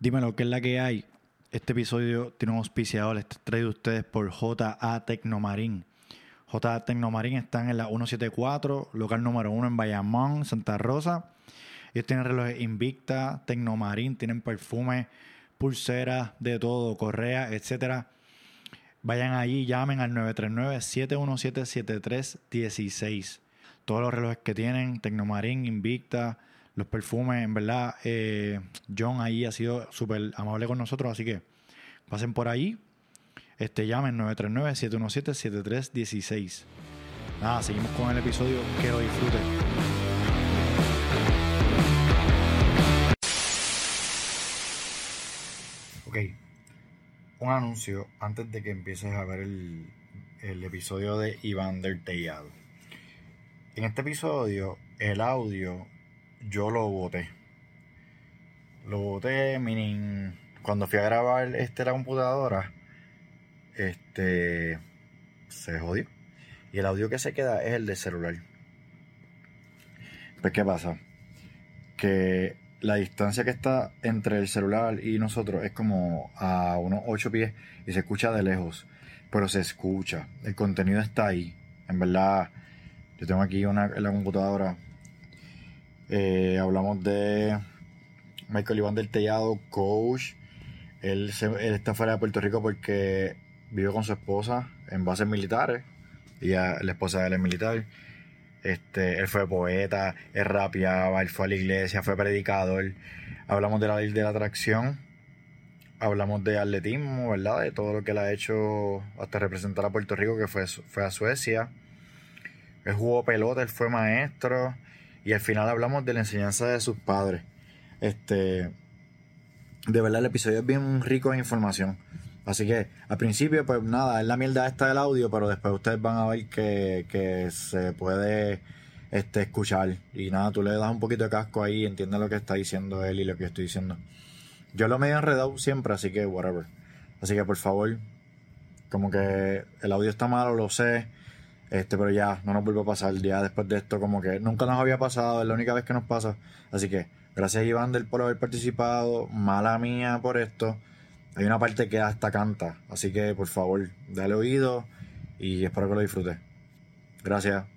Dímelo, ¿qué es la que hay? Este episodio tiene un auspiciador, está traído a ustedes por J.A. Tecnomarín. J.A. Tecnomarín están en la 174, local número 1 en Bayamón, Santa Rosa. Ellos tienen relojes Invicta, Tecnomarín, tienen perfumes, pulseras, de todo, correas, etcétera. Vayan allí, llamen al 939-717-7316. Todos los relojes que tienen, Tecnomarín, Invicta, los perfumes, en verdad, John ahí ha sido súper amable con nosotros, así que pasen por ahí, llamen 939-717-7316. Nada, seguimos con el episodio, que lo disfruten. Ok, un anuncio antes de que empieces a ver el episodio de Iván del Tellado. En este episodio, el audio yo lo boté. Meaning, cuando fui a grabar la computadora, se jodió. Y el audio que se queda es el del celular. Pues, ¿qué pasa? Que la distancia que está entre el celular y nosotros es como a unos 8 pies y se escucha de lejos, pero se escucha. El contenido está ahí. En verdad, yo tengo aquí en la computadora. Hablamos de Michael Iván del Tellado, coach. Él está fuera de Puerto Rico porque vive con su esposa en bases militares. La esposa de él es militar. Él fue poeta, él rapeaba, él fue a la iglesia, fue predicador. Hablamos de la ley de la atracción. Hablamos de atletismo, ¿verdad? De todo lo que él ha hecho hasta representar a Puerto Rico, que fue a Suecia. Él jugó pelota, él fue maestro. Y al final hablamos de la enseñanza de sus padres. De verdad el episodio es bien rico en información. Así que al principio pues nada, es la mierda esta del audio, pero después ustedes van a ver que se puede escuchar. Y nada, tú le das un poquito de casco ahí y entiendes lo que está diciendo él y lo que yo estoy diciendo. Yo lo medio enredado siempre, así que whatever. Así que por favor, como que el audio está malo, lo sé. Pero ya, no nos vuelve a pasar. Ya después de esto, como que nunca nos había pasado, es la única vez que nos pasa. Así que, gracias Iván por haber participado. Mala mía por esto. Hay una parte que hasta canta. Así que, por favor, dale oído y espero que lo disfrutes. Gracias.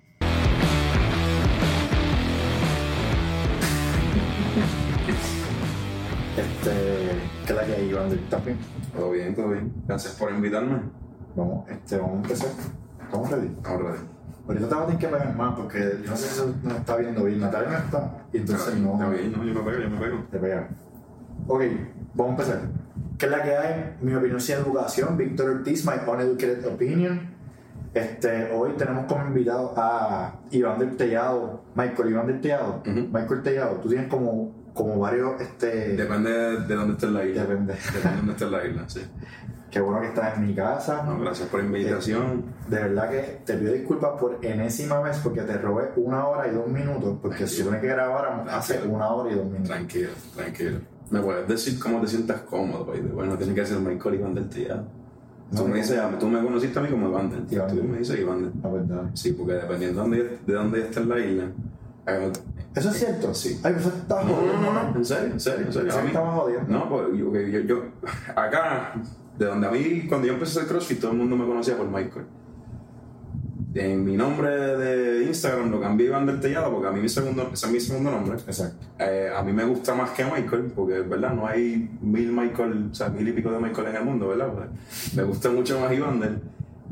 ¿Qué es la que hay, Iván? ¿Estás bien? Todo bien, todo bien. Gracias por invitarme. Vamos a empezar. ¿Estamos ready? Estamos ready. Ahorita te vas a tener que pegar más porque yo no sé si nos está viendo bien. Natalia no está. Y entonces no. Está bien, no, yo me pego. Te pega. Ok, vamos a empezar. ¿Qué es la que hay? Mi opinión sin educación. Víctor Ortiz, my uneducated opinion. Hoy tenemos como invitado a Iván del Tellado. Michael Iván del Tellado. Michael Tellado. Tú tienes como varios. Depende de dónde esté la isla. Depende de dónde esté la isla, sí. Qué bueno que estás en mi casa. No, gracias por la invitación. De verdad que te pido disculpas por enésima vez porque te robé 1 hora y 2 minutos. Porque si supone que grabáramos hace 1 hora y 2 minutos. Tranquilo. Me puedes decir cómo te sientas cómodo, baby. Bueno, tienes que ser Michael Iván del Tellado. Tú me conociste a mí como Iván del Tellado. Tú me dices Iván del Tellado. La verdad. Sí, porque dependiendo de dónde esté en la isla. ¿Eso es cierto? Sí. Ay, eso está jodiendo. No, en serio. Estamos jodiendo. No, pues yo acá, de donde a mí, cuando yo empecé a hacer CrossFit, todo el mundo me conocía por Michael. En mi nombre de Instagram lo cambié a Iván del Tellado porque a mí ese es mi segundo nombre. Exacto. A mí me gusta más que Michael porque, ¿verdad? No hay 1000 Michael, o sea, 1000 y pico de Michael en el mundo, ¿verdad? Pues, me gusta mucho más Iván del.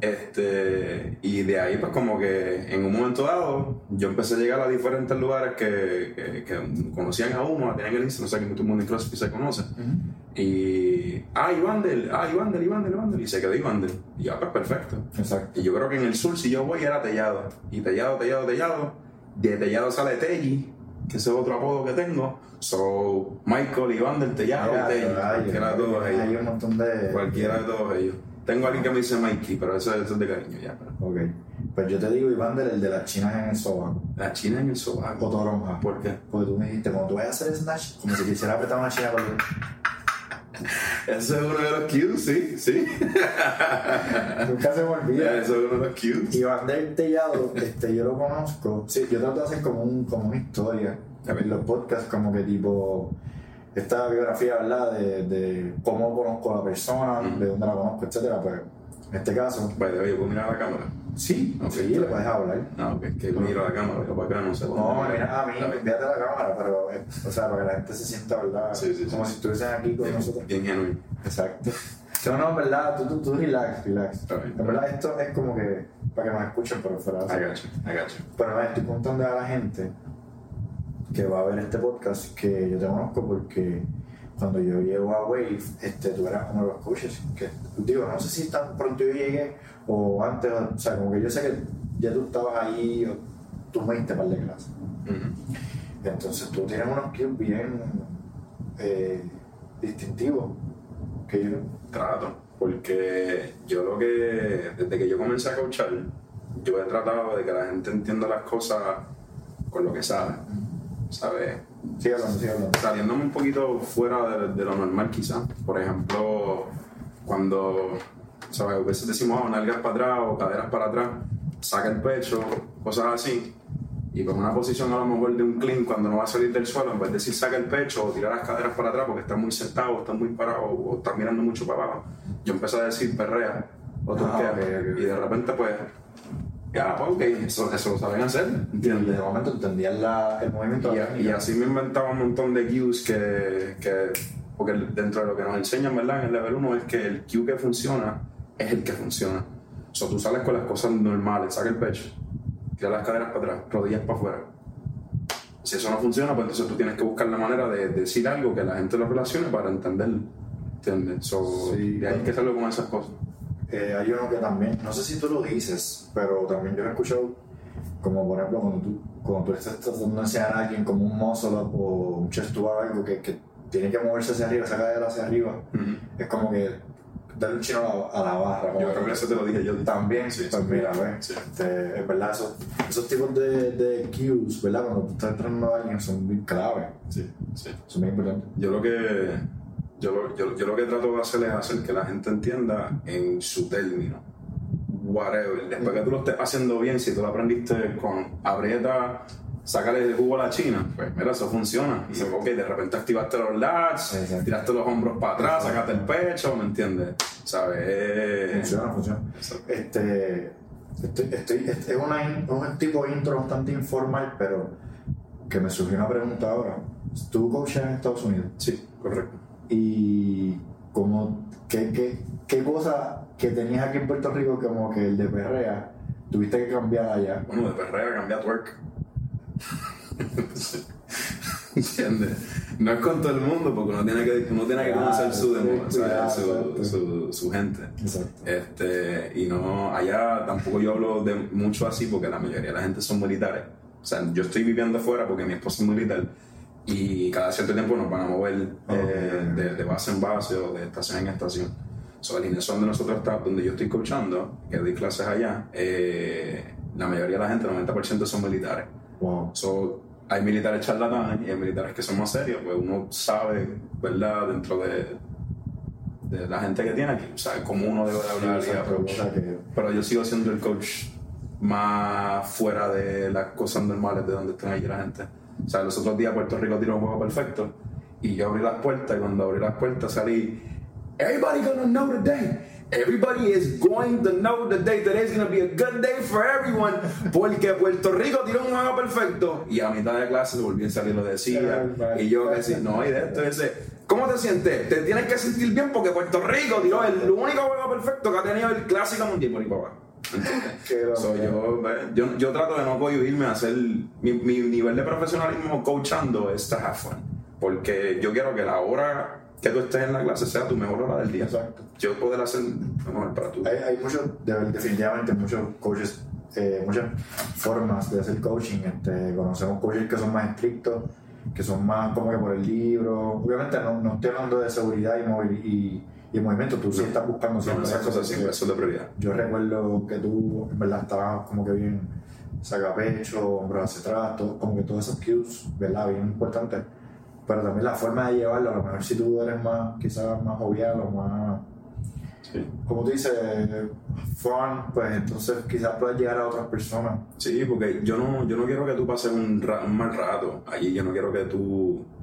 Y de ahí pues como que en un momento dado yo empecé a llegar a diferentes lugares que conocían a uno, tenían el Instagram, o sea que todo el mundo en CrossFit se conoce. Y Ivandel, y se quedó Ivandel. Y ya pues perfecto. Exacto. Y yo creo que en el sur si yo voy era Tellado. Y Tellado. De Tellado sale Telly, que ese es otro apodo que tengo. So Michael, Ivandel, Tellado y Telly. Cualquiera de todos ellos. Hay un montón de. Cualquiera de todos ellos. Tengo a alguien que me dice Mikey, pero eso es de cariño ya. Pero. Ok. Pues yo te digo Iván el de las chinas en el sobaco. La china en el sobaco. O toronja. ¿Por qué? Porque tú me dijiste, cuando tú vayas a hacer snatch, como si quisiera apretar una china por el... Eso es uno de los cues, sí. Nunca se me olvida. Eso es uno de los cues. Iván del Tellado, yo lo conozco. Sí, yo trato de hacer como una historia. En los podcasts, como que tipo... esta biografía, ¿verdad? De cómo conozco a la persona, de dónde la conozco, etcétera, pues en este caso. Vale, ¿yo puedo mirar a la cámara? Sí, Okay, sí, le puedes hablar. No, ok, que miro a la cámara, yo para acá no sé. No, mira a mí, envíate a la cámara, pero, o sea, para que la gente se sienta, ¿verdad? Sí, como si estuviesen aquí con nosotros. Bien genuino. Exacto. No, verdad, tú relax. Right. En verdad, esto es como que para que nos escuchen, pero fuera así. I got you. Pero me estoy contando a la gente que va a ver este podcast que yo te conozco porque cuando yo llego a Wave, tú eras uno de los coaches. Que, digo, no sé si tan pronto yo llegué o antes, o sea, como que yo sé que ya tú estabas ahí o tú me diste un par de clases. Entonces tú tienes unos skills bien distintivos que yo trato, porque yo desde que yo comencé a coachar, yo he tratado de que la gente entienda las cosas con lo que sabe, ¿sabes? Sí, hablando. Saliéndome un poquito fuera de lo normal quizás. Por ejemplo, cuando, ¿sabes? A veces decimos, nalgas para atrás o caderas para atrás, saca el pecho, cosas así. Y con una posición a lo mejor de un clean cuando no va a salir del suelo, en vez de decir saca el pecho o tirar las caderas para atrás porque estás muy sentado, estás muy parado o estás mirando mucho para abajo, yo empecé a decir perrea o turquea. Okay. Y de repente pues, eso lo saben hacer, ¿entiendes? De momento entendías el movimiento. Y así me inventaba un montón de cues porque dentro de lo que nos enseñan, ¿verdad? En el level 1 es que el cue que funciona es el que funciona. O sea, tú sales con las cosas normales, saca el pecho, tira las caderas para atrás, rodillas para afuera. Si eso no funciona, pues entonces tú tienes que buscar la manera de decir algo que la gente lo relacione para entenderlo. ¿Entiendes? Sí, de ahí que hacerlo con esas cosas. Hay uno que también, no sé si tú lo dices, pero también yo he escuchado, como por ejemplo cuando tú estás tratando de enseñar a alguien como un muscle up o un chest to bar, algo que tiene que moverse hacia arriba, esa cadera hacia arriba, es como que darle un chino a la barra. Yo creo que eso te lo dije yo. También, sí, pues mira, ¿ves? Sí. Es verdad, esos tipos de cues, ¿verdad? Cuando tú estás entrenando a alguien son muy clave. Sí. Son muy importantes. Yo lo que trato de hacer es hacer que la gente entienda en su término. Whatever. Después que tú lo estés haciendo bien, si tú lo aprendiste con aprieta, sácale el jugo a la china, pues mira, eso funciona. Y ok, de repente activaste los lats, tiraste los hombros para atrás, sacaste el pecho, ¿me entiendes? ¿Sabes? Funciona. Es un tipo de intro bastante informal, pero que me surgió una pregunta ahora. ¿Tú coachas en Estados Unidos? Sí, correcto. Y ¿qué cosa que tenías aquí en Puerto Rico como que el de perrea tuviste que cambiar allá? Bueno, de perrea cambié a twerk. ¿Entiendes? No es con todo el mundo porque uno tiene que conocer su gente. Exacto. Y no, allá tampoco yo hablo de mucho así porque la mayoría de la gente son militares. O sea, yo estoy viviendo afuera porque mi esposa es militar y cada cierto tiempo nos van a mover de base en base o de estación en estación. La alineación de nosotros está donde yo estoy coachando, que doy clases allá, la mayoría de la gente, el 90% son militares. Wow. Hay militares charlatanes y hay militares que son más serios, pues uno sabe, ¿verdad? Dentro de la gente que tiene aquí, sabe cómo uno debe hablar y approach. Pero yo sigo siendo el coach más fuera de las cosas normales de donde están allí la gente. O sea, los otros días Puerto Rico tiró un juego perfecto y yo abrí las puertas y cuando abrí las puertas salí, everybody gonna know today. Everybody is going to know today. Today's going to be a good day for everyone. Porque Puerto Rico tiró un juego perfecto. Y a mitad de clase volví a salir, lo decía. Y yo que sí, no, y de esto ese. ¿Cómo te sientes? Te tienes que sentir bien porque Puerto Rico tiró el único juego perfecto que ha tenido el Clásico Mundial por ahí para abajo. Yo trato de no cohibirme a hacer mi nivel de profesionalismo coachando es to have fun. Porque yo quiero que la hora que tú estés en la clase sea tu mejor hora del día. Exacto. Yo poder hacer lo mejor para tú. Hay muchos, definitivamente muchos coaches, muchas formas de hacer coaching. Conocemos coaches que son más estrictos, que son más como que por el libro. Obviamente no estoy hablando de seguridad y movimiento, tú sí estás buscando siempre. Esas cosas siempre son de prioridad. Yo recuerdo que tú en verdad estabas como que bien sacapecho, hombros hacia atrás, como que todos esos cues, ¿verdad? Bien importantes. Pero también la forma de llevarlo, a lo mejor si tú eres quizás más jovial o más, como tú dices, fun, pues entonces quizás puedes llegar a otras personas. Sí, porque yo no quiero que tú pases un mal rato allí, yo no quiero que tú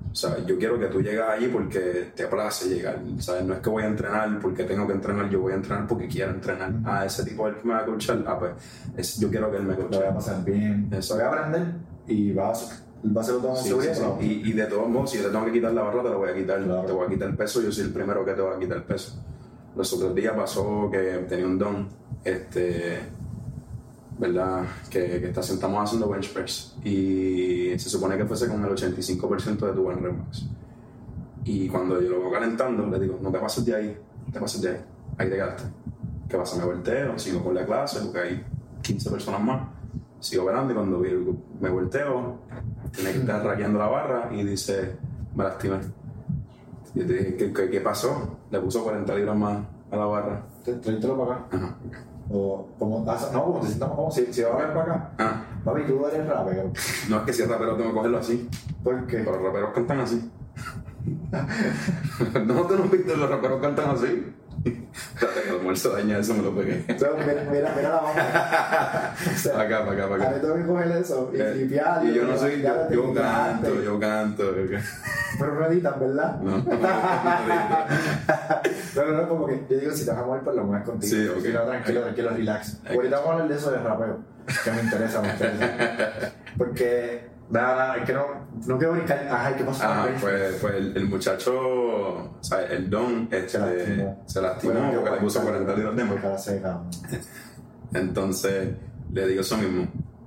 O sea, yo quiero que tú llegues allí porque te place llegar, ¿sabes? No es que voy a entrenar porque tengo que entrenar, yo voy a entrenar porque quiero entrenar. Ese tipo es el que me va a coachar, pues yo quiero que él me coache. Lo voy a pasar bien, Eso. voy a aprender y va a hacerlo todo con seguridad. Sí. Y de todos modos, si yo te tengo que quitar la barra, te la voy a quitar. Claro. Te voy a quitar el peso, yo soy el primero que te voy a quitar el peso. Los otros días pasó que tenía un don, ¿verdad? Que estamos haciendo bench press y se supone que fuese con el 85% de tu buen max. Y cuando yo lo veo calentando, le digo, no te pases de ahí, ahí te quedaste. ¿Qué pasa? Me volteo, sigo con la clase porque hay 15 personas más, sigo velando y cuando me volteo, tiene que estar rayando la barra y dice, me lastimé. Y te dije, ¿qué pasó? Le puso 40 libras más a la barra. Tráetelo para acá. Ajá. O como te sentamos como si va a ver para acá. Ah, Papi, tú eres rapero. no es que si es rapero tengo que cogerlo así, ¿Por qué? pero los raperos cantan así. ¿No te lo has visto? Los raperos cantan así. Espérate que el almuerzo daña eso, me lo pegué. Entonces, mira la banda. O sea, Para acá. a mí tengo que coger eso y flipearlo. Y yo no soy, yo canto. canto. Pero no editan, ¿verdad? No. No, como que yo digo, si te vas a mover, pues lo mueves contigo. Sí, ok. Si no, tranquilo, relax. Ahorita vamos a hablar de eso de rapeo, que me interesa. Porque, nada, es que no quiero brincar. Ajá, ¿qué pasó? Pues el muchacho, o sea, el don, se lastimó Bueno, porque le puso 40 libras de porque más. la seca. Entonces, le digo eso mismo.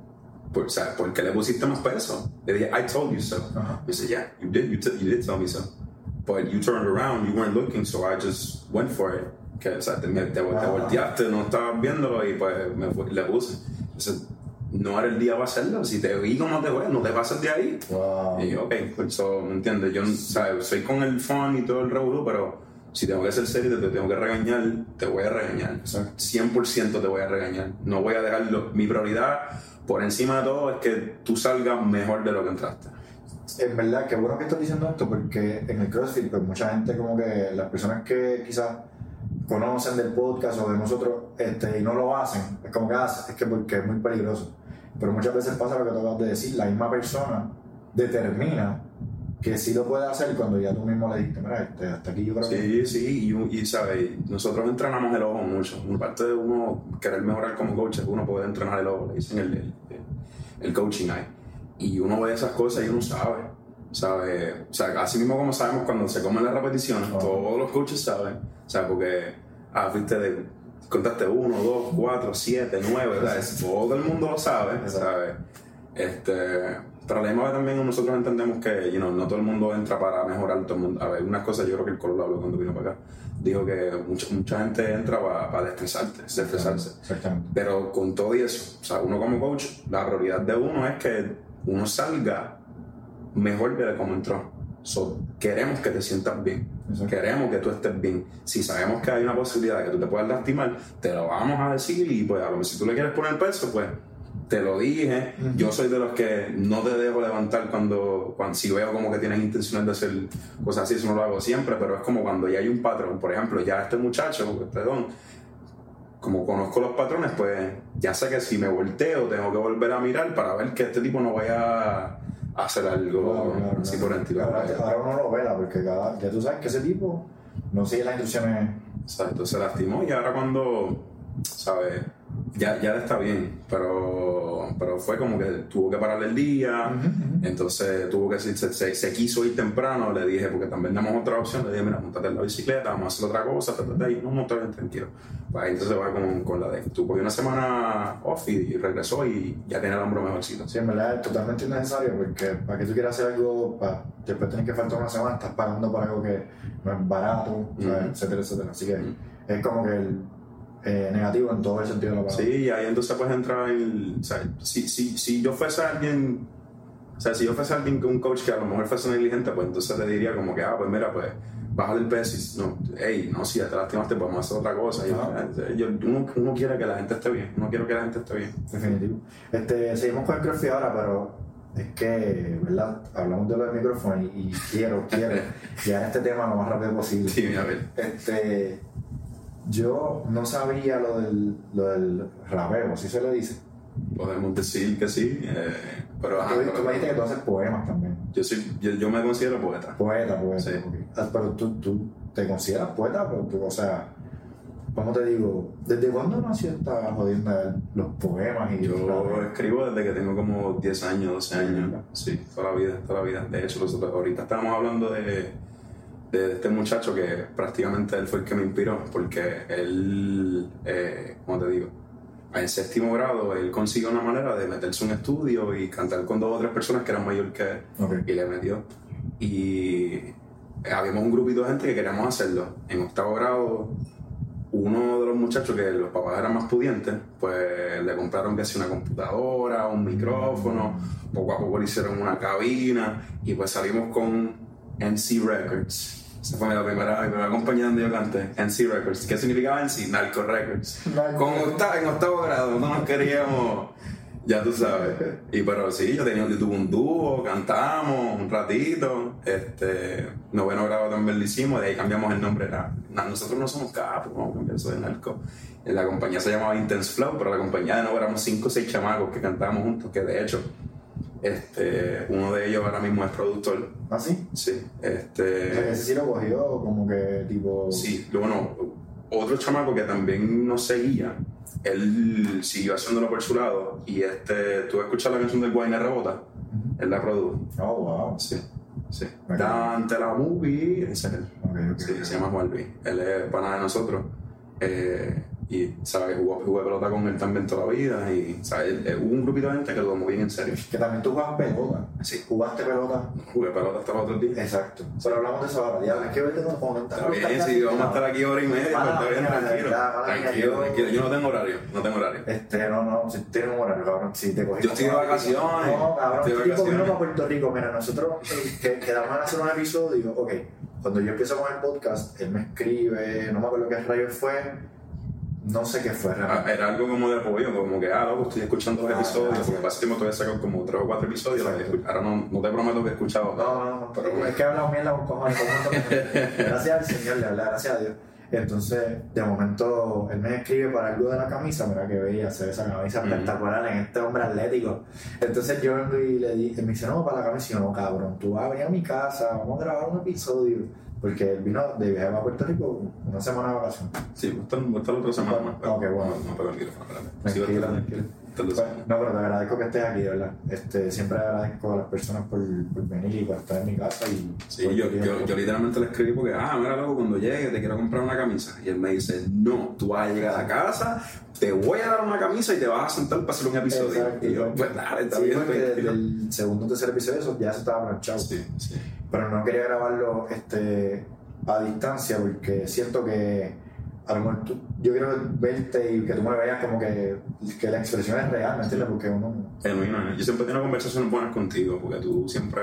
O sea, ¿por qué le pusiste más peso? Le dije, I told you so. Me dice, yeah, you did tell me so. But you turned around, you weren't looking, so I just went for it. Que, o sea, te volteaste, no estabas viéndolo y pues le puse. Entonces, no era el día para hacerlo. Si te vi como te voy, no te pases de ahí. Wow. Y yo, ok, pues eso, ¿me entiendes? Yo, o sea, soy con el fun y todo el revolú, pero si tengo que ser serio, te tengo que regañar, te voy a regañar. Exacto. 100% te voy a regañar. No voy a dejarlo. Mi prioridad, por encima de todo, es que tú salgas mejor de lo que entraste. En verdad, qué bueno que estás diciendo esto, porque en el CrossFit, pues mucha gente, como que las personas que quizás conocen del podcast o de nosotros y no lo hacen, es como que es que porque es muy peligroso. Pero muchas veces pasa lo que tú acabas de decir, la misma persona determina que sí lo puede hacer cuando ya tú mismo le dijiste, mira, hasta aquí yo creo que... Sí, y sabes, nosotros entrenamos el ojo mucho. Una parte de uno querer mejorar como coach es uno poder entrenar el ojo, le dicen el coaching eye. Y uno ve esas cosas y uno sabe. O sea, así mismo como sabemos cuando se comen las repeticiones, todos los coaches saben. O sea, porque contaste 1, 2, 4, 7, 9, ¿verdad? Todo el mundo lo sabe, ¿sabes? Pero a la misma vez también nosotros entendemos que no todo el mundo entra para mejorar todo el mundo. A ver, unas cosas yo creo que el Colo lo habló cuando vino para acá. Dijo que mucha gente entra para desestresarse. Exactamente. Pero con todo y eso, o sea, uno como coach, la prioridad de uno es que uno salga mejor de cómo entró. Queremos que te sientas bien. Exacto. Queremos que tú estés bien. Si sabemos que hay una posibilidad de que tú te puedas lastimar, te lo vamos a decir y pues a lo mejor si tú le quieres poner peso, pues te lo dije. Yo soy de los que no te dejo levantar cuando si veo como que tienes intenciones de hacer cosas así. Eso no lo hago siempre, pero es como cuando ya hay un patrón. Por ejemplo, ya este muchacho, como conozco los patrones, pues ya sé que si me volteo tengo que volver a mirar para ver que este tipo no vaya a hacer algo así por encima. Ahora uno lo vela porque ya tú sabes que ese tipo no sigue las instrucciones. Exacto, se lastimó y ahora cuando, ¿sabes? Ya está bien, pero fue como que tuvo que parar el día, entonces tuvo que se quiso ir temprano, le dije, porque también damos otra opción, le dije, mira, montate en la bicicleta, vamos a hacer otra cosa, y no, montate bien tranquilo. Pues ahí entonces va con la de, tuvo una semana off y regresó y ya tiene el hombro mejorcito. Sí, en verdad es totalmente innecesario, porque para que tú quieras hacer algo, después tienes que faltar una semana, estás pagando por algo que no es barato, etcétera. Así que es como que negativo en todo el sentido de la palabra. Sí, y ahí entonces puedes entrar en... O sea, si yo fuese alguien... O sea, si yo fuese alguien con un coach que a lo mejor fuese negligente, pues entonces te diría como que, pues mira, pues bájale el peso y si ya te lastimaste, pues vamos a hacer otra cosa. Uno quiere que la gente esté bien. Uno quiere que la gente esté bien. Definitivo. Seguimos con el CrossFit ahora, pero es que, ¿verdad? Hablamos de lo del micrófono y quiero llegar a este tema lo más rápido posible. Sí, a ver. Yo no sabía lo del rapeo, ¿sí se le dice? Podemos decir que sí. Pero, tú me dijiste que tú haces poemas también. Yo me considero poeta. Poeta. Sí. Okay. Pero tú te consideras poeta, pero tú, o sea, ¿cómo te digo? ¿Desde cuándo nació esta jodienda de los poemas? Yo escribo desde que tengo como 10 años, 12 años. Sí, toda la vida. De hecho, ahorita estábamos hablando de este muchacho que prácticamente él fue el que me inspiró, porque él, ¿cómo te digo? En 6º grado él consiguió una manera de meterse en un estudio y cantar con 2 o 3 personas que eran mayor que él. Okay. Y le metió. Y habíamos un grupito de gente que queríamos hacerlo. En 8º grado, uno de los muchachos que los papás eran más pudientes, pues le compraron que si una computadora, un micrófono, poco a poco le hicieron una cabina y pues salimos con NC Records. Esa fue mi primera compañía donde yo canté, NC Records. ¿Qué significaba NC? Narco Records. En 8º grado, no nos queríamos, ya tú sabes. Pero sí, yo tuve un dúo, cantamos un ratito. 9º grado también lo hicimos, de ahí cambiamos el nombre. Nosotros no somos capos, vamos a cambiar eso de narco. La compañía se llamaba Intense Flow, pero la compañía de nuevo éramos 5 o 6 chamacos que cantábamos juntos, que de hecho uno de ellos ahora mismo es productor. ¿Ah, sí? Sí. O sea, que ese sí lo cogió como que tipo... Sí, bueno, otro chamaco que también nos seguía, él siguió haciéndolo por su lado y tú escuchas la canción del Guayna Rebota, él la produjo. Oh, wow. Sí. Okay. Dante la movie, ese es él. Okay. Se llama Juan Luis, él es pana de nosotros. Y, ¿sabes? Jugué pelota con él también toda la vida y, ¿sabes? Hubo un grupito de gente que lo tomó bien en serio. Que también tú jugabas pelota. Sí. ¿Jugaste pelota? Jugué pelota hasta los otros días. Exacto. Pero hablamos de eso ahora. Ya, es que verte con comentar. Está bien, si vamos a estar aquí 1 hora y media, pues está bien, tranquilo. Yo no tengo horario. No, si tienes un horario, cabrón. Si te cogí. Yo estoy de vacaciones. No, cabrón, este tipo vino para Puerto Rico. Mira, nosotros quedamos en hacer un episodio. Ok, cuando yo empiezo con el podcast, él me escribe, no me acuerdo qué rayos fue. No sé qué fue realmente. Era algo como de apoyo, como que, loco, estoy escuchando los episodios, porque para ese tiempo todavía he sacado como 3 o 4 episodios. Ahora no te prometo que he escuchado. No, pero es que he hablado mierda con cojones. Gracias al Señor, le hablé, gracias a Dios. Entonces, de momento, él me escribe para algo de la camisa, mira que veía hacer esa camisa espectacular en este hombre atlético. Entonces yo vengo y le dije, él me dice, no, para la camisa, y yo, no, cabrón, tú vas a venir a mi casa, vamos a grabar un episodio. Porque él vino de viaje a Puerto Rico una semana de vacaciones. Sí, va a estar la otra semana más. Ok, bueno. No pego el micrófono, Tranquilo. No, pero te agradezco que estés aquí, de verdad. Siempre agradezco a las personas por venir y por estar en mi casa. Sí, yo literalmente le escribí porque, mira, loco, cuando llegue te quiero comprar una camisa. Y él me dice, no, tú vas a llegar a casa, te voy a dar una camisa y te vas a sentar para hacer un episodio. Exacto, y yo, pues dale, está sí, bien. Porque desde el segundo o tercer episodio eso ya se estaba planchado. Sí. Pero no quería grabarlo a distancia porque siento que a lo mejor yo quiero verte y que tú me veas como que la expresión es real, ¿me entiendes? Porque uno... Yo siempre tengo conversaciones buenas contigo porque tú siempre,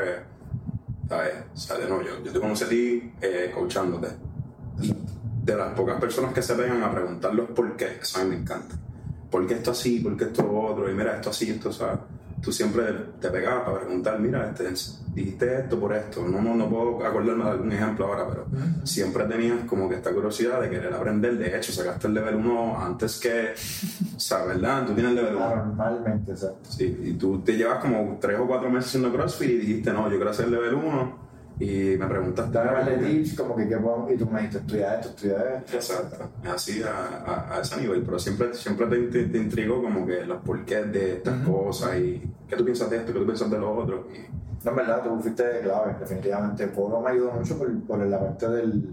¿sabes? No, yo te conocí a ti coachándote. Y de las pocas personas que se pegan a preguntar los por qué, eso a mí me encanta. ¿Por qué esto así? ¿Por qué esto otro? Y mira, esto así, esto, ¿sabes? Tú siempre te pegabas para preguntar, mira, dijiste esto por esto. No puedo acordarme de algún ejemplo ahora, pero siempre tenías como que esta curiosidad de querer aprender. De hecho, sacaste el level 1 antes que, ¿sabes? ¿Verdad? Tú tienes el level 1. Normalmente, exacto. Sí, y tú te llevas como 3 o 4 meses haciendo CrossFit y dijiste, no, yo quiero hacer el level 1. Y me preguntaste... Dame tips, como que qué podemos... Y tú me dijiste, estudia esto. Exacto. Así a ese nivel. Pero siempre te intrigó como que los porqués de estas cosas y qué tú piensas de esto, qué tú piensas de lo otro. No, en verdad, tú fuiste clave, definitivamente. Polo me ayudó mucho por la parte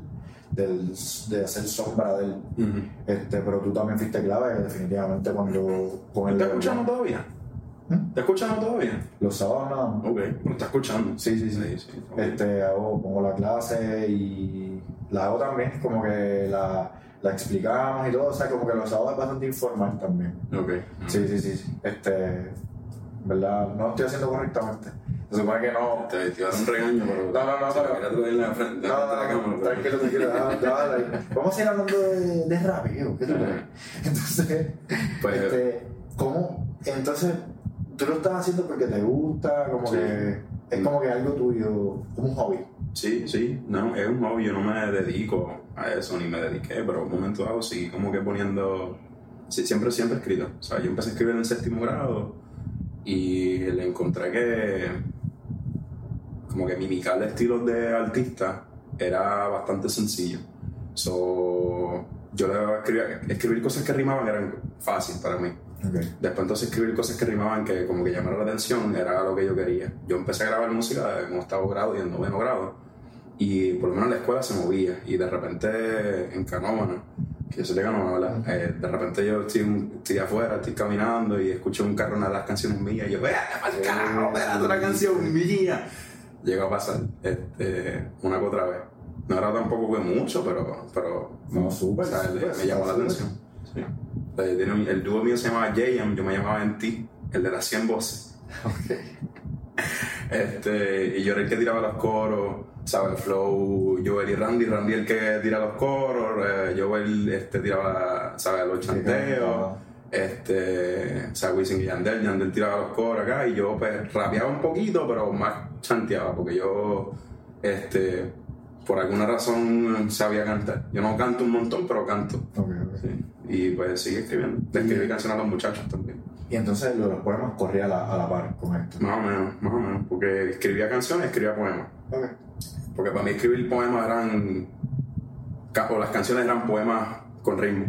de hacer sombra de él. Pero tú también fuiste clave, definitivamente, cuando... ¿Estás escuchando todavía? ¿Te escuchando todavía? Los sábados nada más. Ok, pero está escuchando. Sí. Pongo la clase y la hago también, como que la explicamos y todo, o sea, como que los sábados es bastante informal también. Ok. Sí. ¿Verdad? No lo estoy haciendo correctamente. Se supone que no. Te iba a dar un regaño, pero. No. En la frente, Tranquilo. Vamos a seguir hablando de rap, ¿qué tú crees? Entonces, pues, ¿cómo? Entonces, tú lo estás haciendo porque te gusta, como que es como que algo tuyo, como un hobby. Sí, no, es un hobby, yo no me dedico a eso, ni me dediqué, pero en un momento dado sí, como que poniendo, sí, siempre he escrito, o sea, yo empecé a escribir en el 7º grado y le encontré que como que mimicar estilos de artistas era bastante sencillo. So, yo le escribir cosas que rimaban eran fácil para mí. Okay. Después entonces escribir cosas que rimaban que como que llamaran la atención era lo que yo quería. Yo empecé a grabar música en 8º grado y en 9º grado, y por lo menos la escuela se movía, y de repente en Canóvana, que yo soy de Canóvana, de repente yo estoy afuera, estoy caminando y escucho un carro, una de las canciones mías, y yo, ¡vete pa'l carajo, espérate, una canción mía! Llegó a pasar una que otra vez. No era tampoco que mucho, pero no, súper, o sea, me llamó la atención. Sí. El dúo mío se llamaba JM, yo me llamaba NT, el de las 100 voces. Okay. Y yo era el que tiraba los coros, ¿sabes? Flow, Joel y Randy el que tira los coros, Joel tiraba, ¿sabes? Los chanteos, ¿sabes? Wisin y Yandel tiraba los coros acá, y yo pues rapeaba un poquito, pero más chanteaba, porque yo, por alguna razón sabía cantar. Yo no canto un montón, pero canto. Okay. Sí. Y pues sigue escribiendo. Le escribí canciones a los muchachos también. Y entonces los poemas corría a la par con esto. Más o menos. Porque escribía canciones, escribía poemas. Okay. Porque para mí escribir poemas o las canciones eran poemas con ritmo.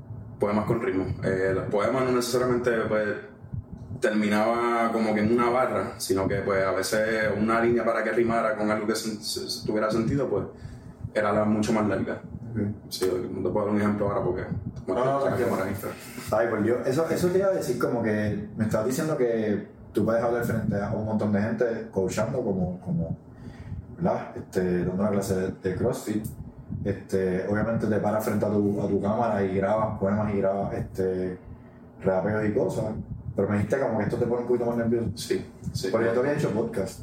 Los poemas no necesariamente pues terminaba como que en una barra, sino que pues a veces una línea para que rimara con algo que tuviera sentido, pues era mucho más larga. Okay. Sí, no te puedo dar un ejemplo ahora porque Ay, pues yo, eso te iba a decir, como que me estabas diciendo que tú puedes hablar frente a un montón de gente coachando como ¿verdad? Dando una clase de CrossFit. Obviamente te paras frente a tu cámara y grabas poemas y grabas rapeos y cosas, pero me dijiste como que esto te pone un poquito más nervioso. Sí. Porque yo te había hecho podcast.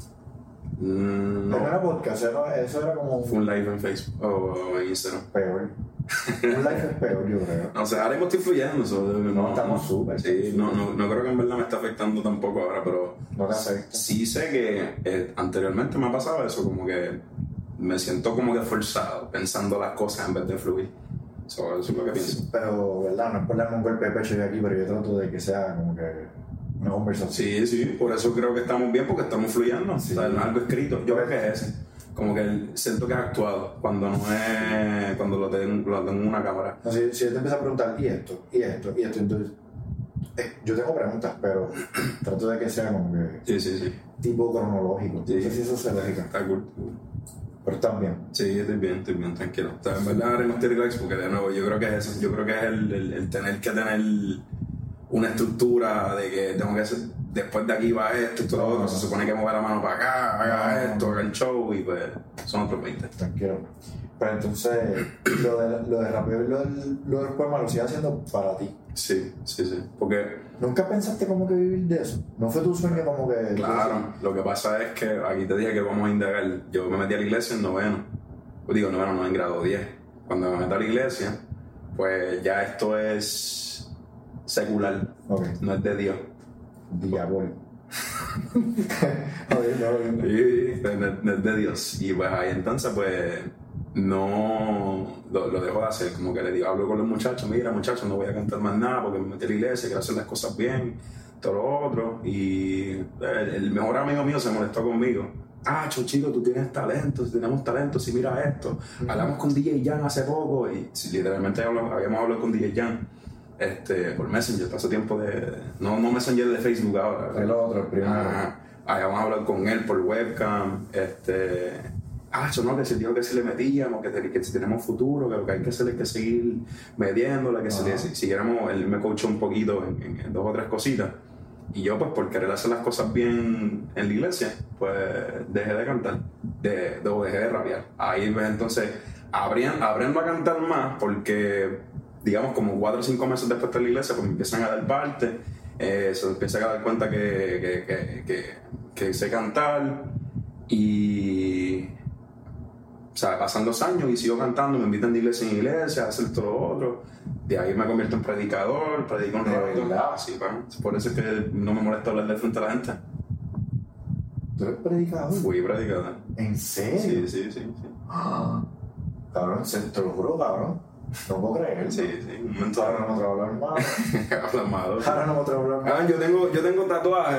No era podcast, eso era como fue un live en Facebook o en Instagram. Peor. Un live es peor, yo creo. No sé, ahora mismo estoy fluyendo. No, estamos súper. Sí, no creo que en verdad me está afectando tampoco ahora, pero no te afecta. Sí sé que anteriormente me ha pasado eso, como que me siento como que forzado, pensando las cosas en vez de fluir. Eso es lo que pienso. Sí, pero, ¿verdad? No es por darme un golpe de pecho de aquí, pero yo trato de que sea como que una conversación. Sí, por eso creo que estamos bien, porque estamos fluyendo. Sí. O sea, no es algo escrito. Yo creo que es ese. Como que siento que es actuado, cuando no es, cuando lo tengo en una cámara. No, si yo te empiezo a preguntar, y esto, entonces yo tengo preguntas, pero trato de que sea como que Sí. tipo cronológico. Sí. No sé si eso se lógica. Está cool. Pero están bien. Sí, estoy bien, tranquilo. O sea, en verdad ahora no estoy relax porque de nuevo yo creo que es eso. Yo creo que es el tener que tener una estructura de que tengo que hacer, después de aquí va esto, lo otro, se supone que mover la mano para acá, haga esto, haga el show, y pues son otros 20. Tranquilo. Pero entonces, lo de rapeo y lo de los poemas lo sigues haciendo para ti. Sí. Porque ¿Nunca pensaste como que vivir de eso? ¿No fue tu sueño como que...? claro, lo que pasa es que aquí te dije que vamos a indagar. Yo me metí a la iglesia en noveno. Digo noveno, no, en grado 10. Cuando me metí a la iglesia, pues ya esto es secular, no es de Dios. Diabólico. Sí, no es de Dios. Y pues ahí entonces pues no lo dejo de hacer, como que le digo, hablo con los muchachos, mira muchachos, no voy a cantar más nada porque me metí a la iglesia, quiero hacer las cosas bien, todo lo otro. Y el mejor amigo mío se molestó conmigo. Chochito, tú tienes talento, si tenemos talento, si mira esto. Hablamos con DJ Jan hace poco y literalmente habíamos hablado con DJ Jan por Messenger, hace tiempo no Messenger de Facebook ahora. El otro, el primero. Habíamos hablado con él por webcam, no, que se dijo que si le metíamos, que si tenemos futuro, que lo que hay que hacer es que seguir mediéndole, que si siguiéramos, él me coachó un poquito en 2 o 3 cositas. Y yo, pues, por querer hacer las cosas bien en la iglesia, pues, dejé de cantar, dejé de rapear. Ahí, pues, entonces, abriendo a cantar más, porque, digamos, como 4 o 5 meses después de la iglesia, pues, me empiezan a dar parte, se empieza a dar cuenta que sé cantar, y... O sea, pasan 2 años y sigo cantando, me invitan de iglesia en iglesia a hacer todo lo otro. De ahí me convierto en predicador, predico un rato. Sí, por eso es que no me molesta hablar de frente a la gente. ¿Tú eres predicador? Fui predicador. ¿En serio? Sí. Cabrón, te lo juro, cabrón. No puedo creer. Sí. Un momento. Ahora no me atrevo a hablar mal. Habla malo. Ahora no me atrevo a hablar mal. Yo tengo tatuajes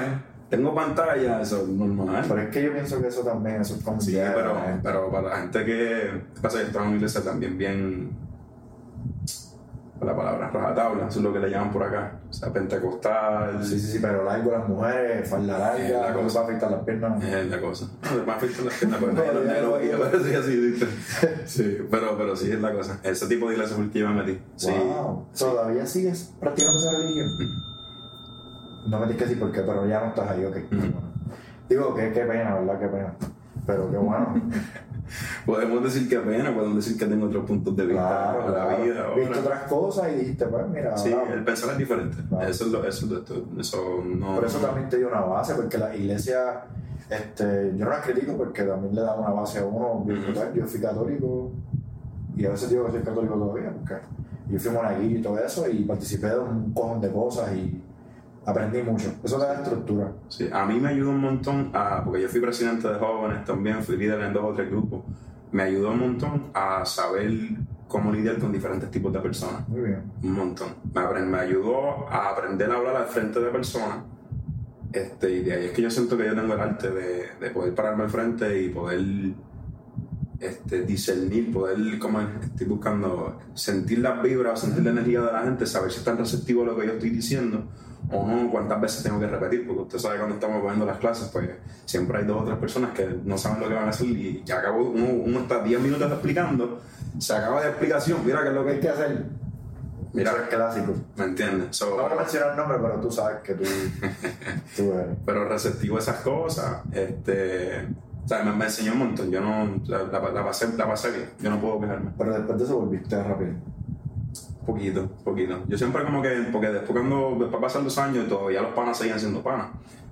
tengo pantalla, eso es normal. Pero es que yo pienso que eso también, eso es como... Sí, pero para la gente que pasa que está en una iglesia también bien... la palabra rajatabla, eso es lo que le llaman por acá. O sea, pentecostal. Sí, pero largo las mujeres, falda larga, no se va a afectar las piernas. Es la cosa. No, se va a afectar las piernas, pero nadie lo veía, pero sí, así, ¿viste? Sí, pero sí es la cosa. Ese tipo de iglesia fue el que yo me metí. Sí. Wow. ¿Todavía sigues practicando esa religión? No me digas que sí, ¿por qué? Pero ya no estás ahí, ok. Digo, qué pena, ¿verdad? Qué pena. Pero qué bueno. Podemos decir que pena, podemos decir que tengo otros puntos de vista claro, la vida. Viste otras cosas y dijiste, pues mira. Sí, el pensar es diferente. Claro. Eso no. Por eso también te dio una base, porque la iglesia, yo no la critico porque también le da una base a uno. Yo fui católico y a veces digo que soy católico todavía, porque yo fui monaguillo y todo eso y participé de un cojón de cosas y aprendí mucho. Eso da estructura. Sí, a mí me ayudó un montón porque yo fui presidente de jóvenes también, fui líder en 2 o 3 grupos. Me ayudó un montón a saber cómo lidiar con diferentes tipos de personas. Muy bien. Un montón. Me ayudó a aprender a hablar al frente de personas. Y de ahí es que yo siento que yo tengo el arte de poder pararme al frente y poder discernir, poder, como estoy buscando, sentir las vibras, sentir la energía de la gente, saber si están receptivos a lo que yo estoy diciendo o no, cuántas veces tengo que repetir, porque usted sabe cuando estamos poniendo las clases, pues siempre hay 2 o 3 personas que no saben lo que van a hacer y ya acabó, uno está 10 minutos explicando, se acaba de explicación, mira qué es lo que hay que hacer. Mira, eso es clásico. ¿Me entiendes? No voy a mencionar el nombre, pero tú sabes que tú eres. Pero receptivo a esas cosas, o sea, me enseñó un montón, yo no, la pasé bien, yo no puedo quejarme. Pero después de eso volviste rápido. Poquito. Yo siempre como que, porque después pasan los años, todavía los panas seguían siendo panas.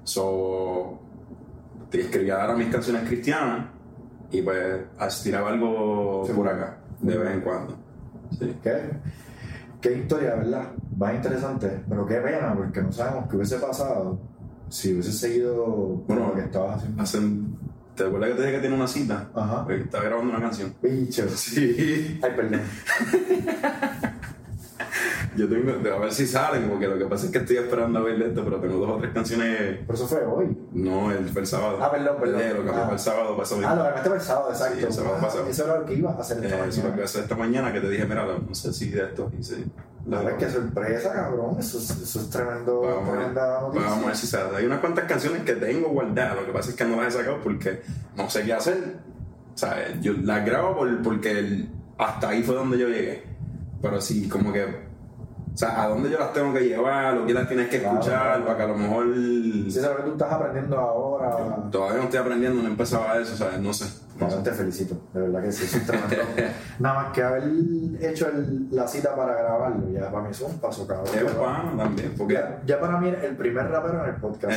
Te escribía ahora mis canciones cristianas y pues tiraba algo por acá, de vez en cuando. Sí. ¿Qué historia, verdad? Más interesante, pero qué pena, porque no sabemos qué hubiese pasado si hubiese seguido lo que estabas haciendo. ¿Te acuerdas que te dije que tiene una cita? Ajá. Porque estaba grabando una canción. Bicho. Sí. Ay, perdón. Yo tengo, a ver si salen, porque lo que pasa es que estoy esperando a ver esto, pero tengo 2 o 3 canciones. ¿Pero eso fue hoy? No, fue el sábado. Perdón. Lo cambié para el sábado pasado. Lo cambiaste para el sábado, exacto. Sí, el sábado pasado. Eso era lo que ibas a hacer esta mañana. Eso es lo que iba a hacer esta mañana, que te dije, mira, no sé si de esto. Y sí. La verdad es que sorpresa, cabrón. Eso es tremenda noticia. Vamos a ver si sale. Hay unas cuantas canciones que tengo guardadas, lo que pasa es que no las he sacado porque no sé qué hacer. O sea, yo las grabo porque hasta ahí fue donde yo llegué. Pero sí, como que... O sea, ¿a dónde yo las tengo que llevar? ¿O qué las tienes que escuchar? Para que a lo mejor... Sí, es lo que tú estás aprendiendo ahora. Todavía no estoy aprendiendo, no empezaba eso, ¿sabes? No sé. Bueno, te felicito, de verdad que sí, es un tremendo. Nada más que haber hecho la cita para grabarlo, ya para mí es un paso, cabrón. También, porque... Ya para mí el primer rapero en el podcast.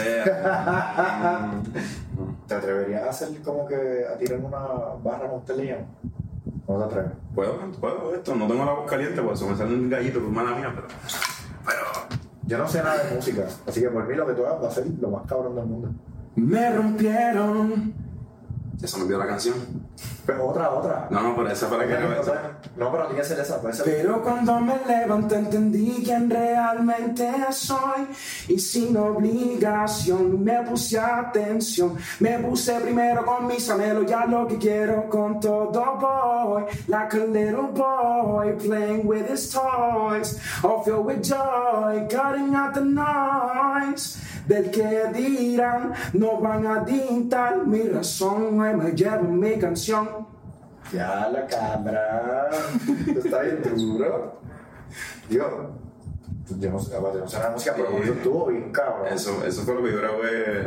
¿Te atreverías a hacer como que a tirar una barra con usted le llama? ¿No te atreves? Puedo esto, no tengo la voz caliente, por eso me sale un gallito, por mala mía, pero... Yo no sé nada de música, así que por mí lo que tú hagas va a ser lo más cabrón del mundo. Me rompieron. Ya se me olvidó la canción. Pero otra. No, pero esa para que no esa. No, pero tiene que ser esa, puede ser. Pero cuando me levanté entendí quién realmente soy. Y sin obligación me puse atención. Me puse primero con mis anhelos, ya lo que quiero con todo voy. Like a little boy playing with his toys. All filled with joy, cutting out the noise. Del que dirán, no van a dictar mi razón, hoy me llevo mi canción. Ya la cabra, está bien duro. Yo no sé la música, pero eso estuvo bien cabrón. Eso fue lo que yo grabé.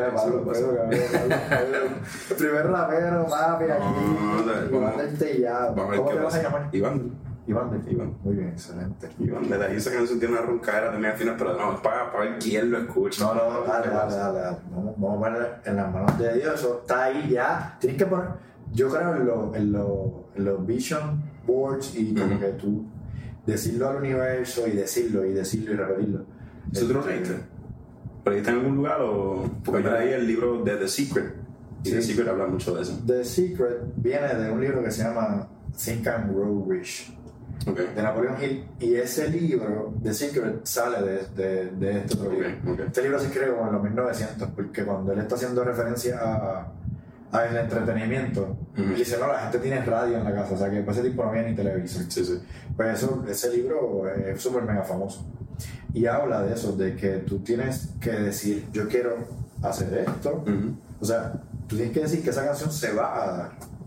El primer rapero, papi, aquí. Iván del Tellado. ¿Cómo te vas a llamar? Iván. Muy bien, excelente. Iván, de ahí esa canción tiene una roncadera también al final, pero no, es para ver quién lo escucha. No, dale. Vamos a poner en las manos de Dios, eso está ahí ya. Tienes que poner, yo creo en los vision boards y como que tú decirlo al universo y decirlo y repetirlo. ¿Eso tú lo leíste? ¿Pero está en algún lugar o...? Porque yo leí el libro de The Secret y The Secret habla mucho de eso. The Secret viene de un libro que se llama Think and Grow Rich. de Napoleon Hill, y ese libro, The Secret, sale de este otro libro. Este libro se escribe como en los 1900, porque cuando él está haciendo referencia a el entretenimiento, y dice, no, la gente tiene radio en la casa, o sea que para ese tiempo no había ni televisor. Pues ese libro es súper mega famoso. Y habla de eso, de que tú tienes que decir, yo quiero hacer esto. O sea, tú tienes que decir que esa canción se va a dar.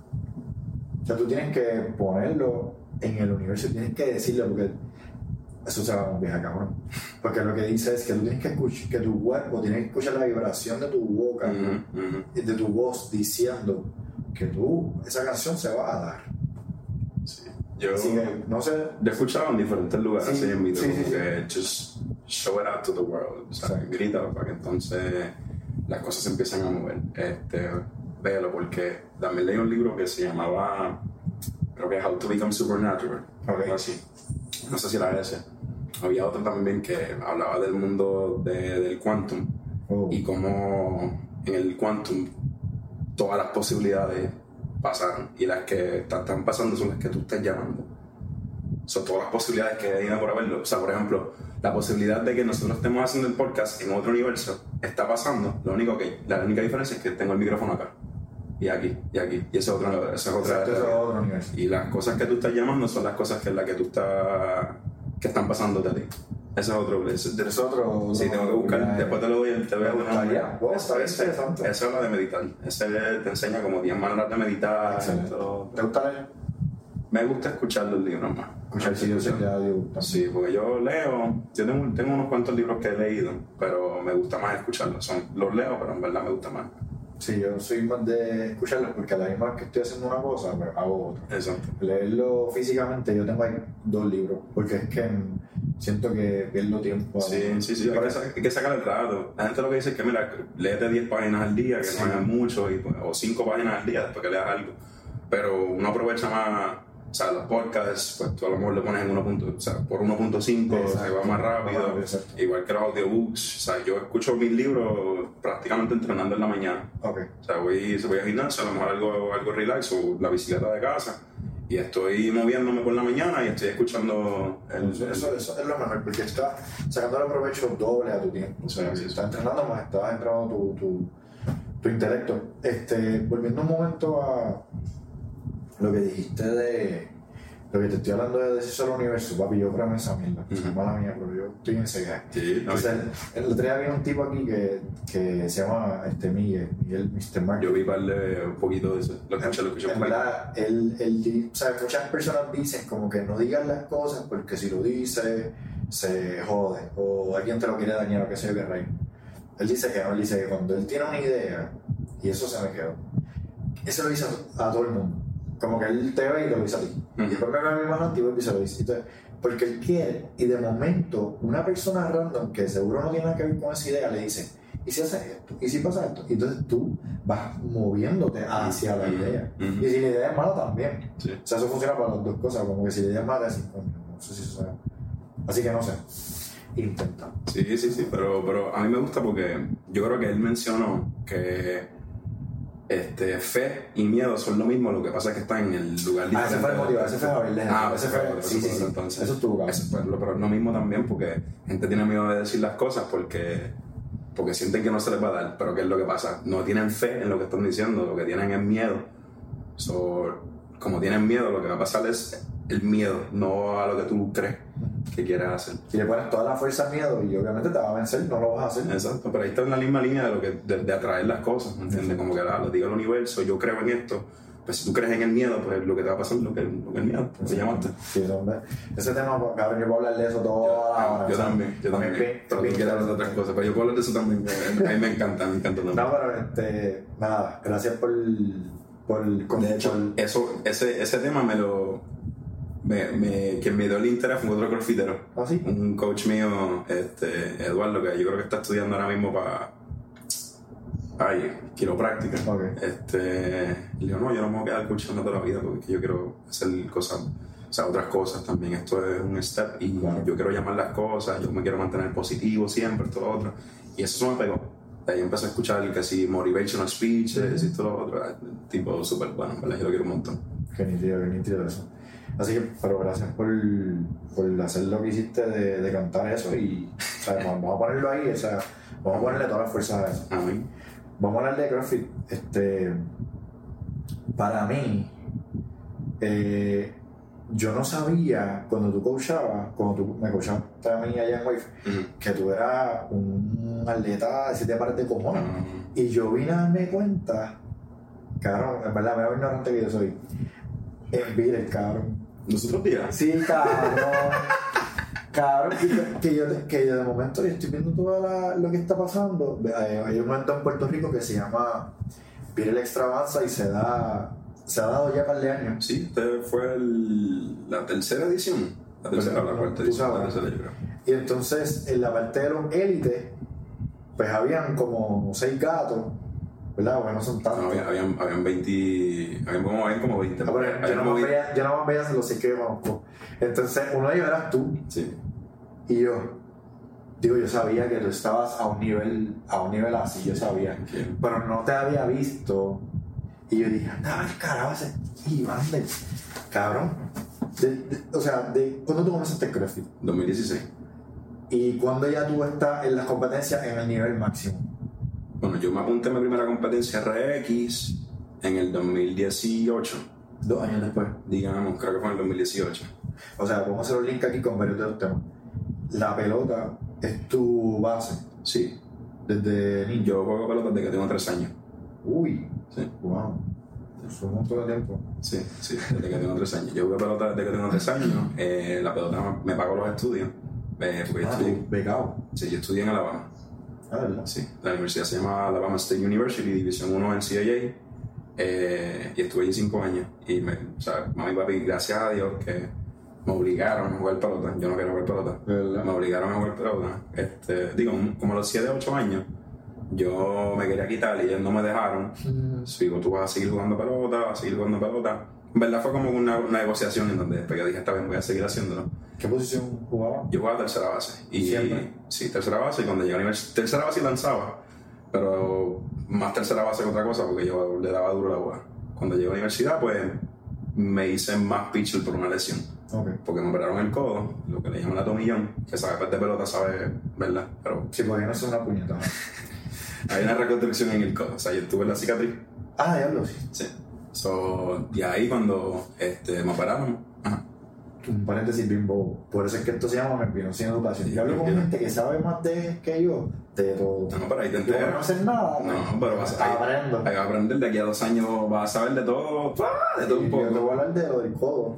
O sea, tú tienes que ponerlo en el universo, tienes que decirlo, porque eso se va a un viaje cabrón. Porque lo que dice es que tú tienes que escuchar, que tu cuerpo tiene que escuchar la vibración de tu boca, de tu voz, diciendo que esa canción se va a dar. Sí. Yo no sé, lo he escuchado en diferentes lugares, así en video, que just show it out to the world, o sea, grita para que entonces las cosas se empiecen a mover. Véalo, porque también leí un libro que se llamaba, creo que How to Become Supernatural, algo así. No sé si era ese. Había otro también que hablaba del mundo del quantum y cómo en el quantum todas las posibilidades pasaron y las que están pasando son las que tú estás llamando. Son todas las posibilidades que hay por haberlo. O sea, por ejemplo, la posibilidad de que nosotros estemos haciendo el podcast en otro universo está pasando. La única diferencia es que tengo el micrófono acá y aquí y aquí, y ese es otro universo. Y las cosas que tú estás llamando son las cosas que están pasándote a ti. Ese es otro. Sí, tengo que buscar. Después te lo doy. Te voy a dar Esa es la de meditar. Ese te enseña como 10 maneras de meditar. ¿Te gusta leer? Me gusta escuchar los libros más. Sí, porque yo leo. Yo tengo unos cuantos libros que he leído, pero me gusta más escucharlos. Los leo, pero en verdad me gusta más. Sí, yo soy más de escucharlos porque a la misma vez que estoy haciendo una cosa, hago otra. Exacto. Leerlo físicamente, yo tengo ahí 2 libros, porque es que siento que pierdo tiempo. Sí, hay que sacar el rato. La gente lo que dice es que, mira, léete 10 páginas al día, que no hagan mucho, o 5 páginas al día después que leas algo. Pero uno aprovecha más. O sea, los podcasts, pues tú a lo mejor le pones en por 1.5, se va más rápido. Igual que los audiobooks. O sea, yo escucho mis libros prácticamente entrenando en la mañana. O sea, voy a gimnasio, a lo mejor algo relax, o la bicicleta de casa, y estoy moviéndome por la mañana y estoy escuchando eso es lo mejor, porque estás sacándole provecho doble a tu tiempo. O sea, estás entrenando más, estás entrenando tu intelecto. Volviendo un momento a lo que dijiste de lo que te estoy hablando de decir al universo, papi, yo creo en esa mierda. Es mala mía, pero yo estoy en ese viaje. Entonces, el otro día había un tipo aquí que se llama Miguel Mr. Mark. Yo vi un poquito de eso. Lo escuché en verdad, él ¿sabes? Muchas personas dicen como que no digas las cosas porque si lo dices se jode o alguien te lo quiere dañar o qué sé yo qué rey. Él dice que cuando él tiene una idea, y eso se me quedó, eso lo dice a todo el mundo. Como que él te ve y te lo dice a ti. Y después me ve a mi mano antiguo y se lo dice. Entonces, porque él quiere, y de momento, una persona random que seguro no tiene nada que ver con esa idea le dice: ¿y si haces esto? ¿Y si pasa esto? Y entonces tú vas moviéndote hacia la idea. Y si la idea es mala también. O sea, eso funciona para las dos cosas. Como que si la idea es mala, no sé si eso sea. Así que no sé. Intenta. Sí, pero a mí me gusta porque yo creo que él mencionó que fe y miedo son lo mismo, lo que pasa es que están en el lugar diferente. Ese fue el motivo, ese fue Javier. Ese fue sí. Entonces, eso es tu lugar. Pero es lo mismo también porque gente tiene miedo de decir las cosas porque sienten que no se les va a dar. Pero ¿qué es lo que pasa? No tienen fe en lo que están diciendo, lo que tienen es miedo. Como tienen miedo, lo que va a pasar es el miedo, no a lo que tú crees que quieres hacer. Si le pones toda la fuerza al miedo y obviamente te va a vencer, no lo vas a hacer. Exacto, pero ahí está en la misma línea de atraer las cosas, ¿entiendes? Como que lo diga el universo, yo creo en esto. Pues si tú crees en el miedo, pues lo que te va a pasar es lo que el miedo, te llamaste. Sí, hombre. Ese tema, cabrón, yo puedo hablar de eso toda la hora. Yo también. También quiero hablar de otras cosas, pero yo puedo hablar de eso también. A mí me encanta también. No, pero nada, gracias por de hecho, ese tema quien me dio el interés fue otro crossfitero. ¿Ah, sí? Un coach mío, Eduardo, que yo creo que está estudiando ahora mismo para quiropráctica. Le digo, no, yo no me voy a quedar coachando toda la vida porque yo quiero hacer cosas, o sea, otras cosas también. Esto es un step y yo quiero llamar las cosas, yo me quiero mantener positivo siempre, todo lo otro. Y eso me pegó. De ahí empecé a escuchar casi motivational speeches y todo lo otro. Tipo súper bueno, ¿verdad? Yo lo quiero un montón. Qué nítido eso. Así que, pero gracias por hacer lo que hiciste de cantar eso y, o sea, vamos a ponerlo ahí, o sea, vamos a ponerle todas las fuerzas a eso. Amén. Vamos a hablar de CrossFit. Para mí, yo no sabía cuando tú me coachabas a mí allá en Wave, que tú eras un atleta de 7 pares de cojones. Y yo vine a darme cuenta, cabrón, en verdad, mira lo ignorante que yo soy, en Beatles, cabrón. ¿Nosotros días? Sí, cabrón. Cabrón, que yo de momento yo estoy viendo todo lo que está pasando. Hay un momento en Puerto Rico que se llama Beatles Extravaganza y se ha dado ya un par de años. Sí, este fue la tercera edición. La tercera o la cuarta edición. La tercera, yo creo. Y entonces, en la parte de los élites, pues habían como 6 gatos, ¿verdad? Bueno, no son tantos. No, habían 20. Habían como 20. No, pero yo no me veía los 6 que yo conozco. Entonces, uno de ellos eras tú. Sí. Y yo sabía que tú estabas a un nivel así, yo sabía. ¿Quién? Pero no te había visto. Y yo dije, anda, carajo, ese Iván cabrón. O sea, ¿cuándo tú comenzaste el CrossFit? 2016. ¿Y cuándo ya tú estás en las competencias en el nivel máximo? Bueno, yo me apunté a mi primera competencia RX en el 2018. 2 años después. Digamos, creo que fue en el 2018. O sea, vamos a hacer un link aquí con varios de los temas. La pelota es tu base. Sí. Desde niño. Yo juego pelota desde que tengo 3 años. Uy. Sí. Wow. Eso es un montón de tiempo. Sí, desde que tengo 3 años. Yo juego pelota desde que tengo 3 años. La pelota me pagó los estudios. Porque yo estudié. Becado. Sí, yo estudié en Alabama. Ah, ¿verdad? Sí, la universidad se llama Alabama State University, División 1 en CAA. Y estuve allí 5 años. Y mami y papi, gracias a Dios que me obligaron a jugar pelota. Yo no quería jugar pelota. ¿Verdad? Me obligaron a jugar pelota. Como a los 7 o 8 años, yo me quería quitar y ellos no me dejaron. Digo, tú vas a seguir jugando pelota, vas a seguir jugando pelota. En verdad fue como una negociación en donde después yo dije, está bien, voy a seguir haciéndolo. ¿Qué posición jugaba? Yo jugaba tercera base. ¿Siempre? Sí, tercera base. Y cuando llegué a la universidad, tercera base y lanzaba. Pero más tercera base que otra cosa porque yo le daba duro la bola. Cuando llegué a la universidad, pues me hice más pitcher por una lesión. Okay. Porque me operaron el codo, lo que le llaman la tomillón, que sabe de pelota, sabe, ¿verdad? Pero sí, porque no es una puñeta. hay una reconstrucción en el codo. O sea, yo tuve la cicatriz. Ah, diablo, sí. Sí. Y ahí cuando me operaron, un paréntesis bien bobo. Por eso es que esto se llama Membrino sin educación. Yo hablo con gente que sabe más que yo de todo. No, pero ahí te Yo enteras. no hacer nada. No, pero vas a aprendo. Ahí vas a aprender. De aquí a 2 años vas a saber de todo un poco. Yo te voy a hablar de lo del codo.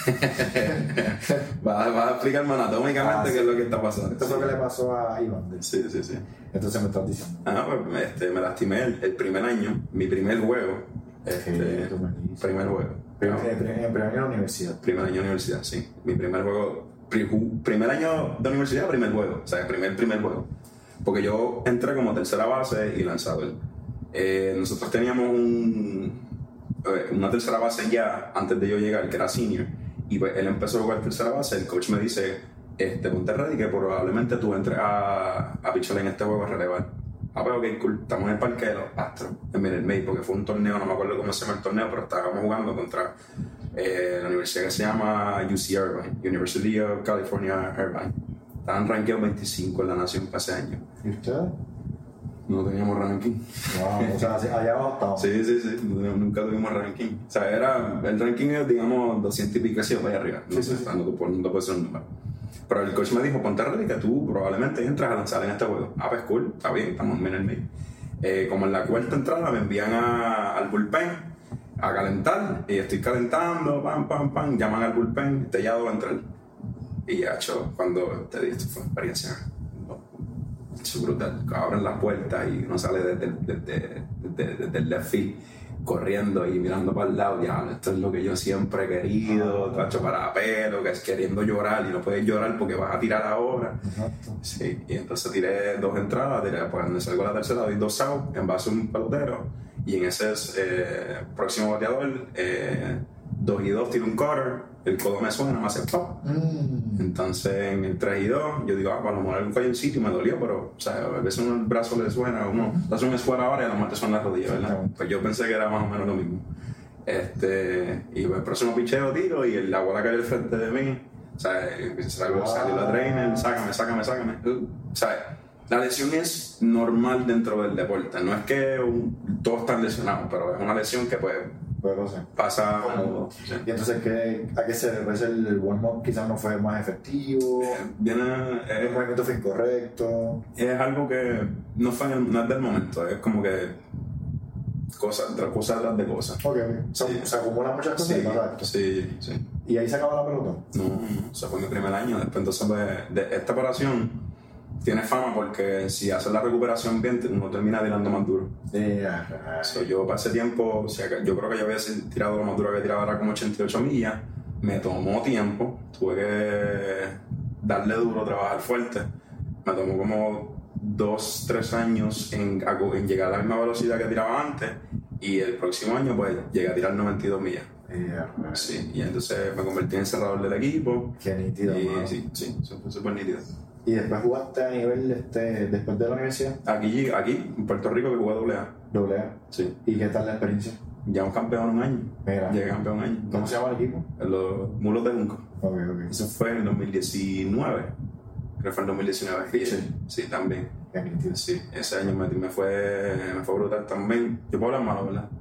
vas a explicarme anatómicamente qué es lo que está pasando. Esto es lo que le pasó a Iván. Sí. Entonces me estás diciendo. Pues me lastimé el primer año, mi primer juego. Primer juego. Primer año de la universidad. Primer año de universidad, sí. Mi primer juego. Primer año de universidad, primer juego. O sea, primer juego. Porque yo entré como tercera base y lanzador. Nosotros teníamos una tercera base ya antes de yo llegar, que era senior. Y pues él empezó a jugar tercera base. El coach me dice: ponte ready, que probablemente tú entres a pichar en este juego a relevar. Pues ok, cool. Estamos en el parque de los Astros, en Minute Maid, porque fue un torneo, no me acuerdo cómo se llama el torneo, pero estábamos jugando contra la universidad que se llama UC Irvine, University of California Irvine. Estaban rankeados 25 en la nación para ese año. ¿Y usted? No teníamos ranking. Wow, o sea, allá abajo estábamos. Sí, nunca tuvimos ranking. O sea, el ranking es, digamos, 200 y pico así para allá arriba. No sé, no te puedo decir un número. Pero el coach me dijo: ponte ready, que tú probablemente entras a lanzar en este juego. Pues cool, está bien, estamos en el medio. Como en la cuarta entrada me envían al bullpen a calentar, y estoy calentando, pam, llaman al bullpen, ya voy a entrar. Y ya, cuando te dije, esto fue una experiencia brutal. Abren las puertas y uno sale desde el left field corriendo y mirando para el lado. Ya, esto es lo que yo siempre he querido, tacho para pelo, que es queriendo llorar y no puedes llorar porque vas a tirar ahora. Exacto. Sí, y entonces tiré 2 entradas, pues cuando salgo la tercera doy 2 outs en base a un pelotero, y en ese próximo bateador 2 y 2 tiro un cutter, el codo me suena, me hace pop. Entonces en el 3 y 2 yo digo, a lo mejor algún calloncito y me dolió, pero o sea, a veces uno el brazo le suena, uno le hace un esfuerzo ahora y a lo mejor te suena la rodilla, ¿verdad? Pues yo pensé que era más o menos lo mismo. Y el próximo picheo tiro y la bola cae al frente de mí. O sea, salió la trainer, sácame. O sea, la lesión es normal dentro del deporte. No es que todos están lesionados, pero es una lesión que pasa. Sí. Y entonces, ¿a qué se debe? El warm-up quizás no fue más efectivo. El movimiento fue incorrecto. Es algo que no es del momento. Es como que cosas detrás de cosas. Ok. Se acumulan muchas cosas y pasa esto. Sí. ¿Y ahí se acaba la pelota? No. Eso fue mi primer año. Después, entonces, de esta operación tiene fama porque si haces la recuperación bien, uno termina tirando más duro. Yo pasé tiempo, yo creo que yo había tirado lo más duro que había tirado, era como 88 millas. Me tomó tiempo, tuve que darle duro, trabajar fuerte. Me tomó como 2-3 años en llegar a la misma velocidad que tiraba antes, y el próximo año pues llegué a tirar 92 millas. Sí, y entonces me convertí en cerrador del equipo. Qué nítido. Sí, fue súper nítido. ¿Y después jugaste a nivel después de la universidad? Aquí, en Puerto Rico, que jugué AA. AA. Sí. ¿Y qué tal la experiencia? Ya un campeón un año. Mira. Llegué campeón un año. ¿Cómo se llama el equipo? Los Mulos de Junco. Ok. Eso fue en el 2019. Creo que fue en el 2019. Sí, también. Qué nítido. Sí, ese año me fue brutal también. Yo puedo hablar malo, ¿verdad?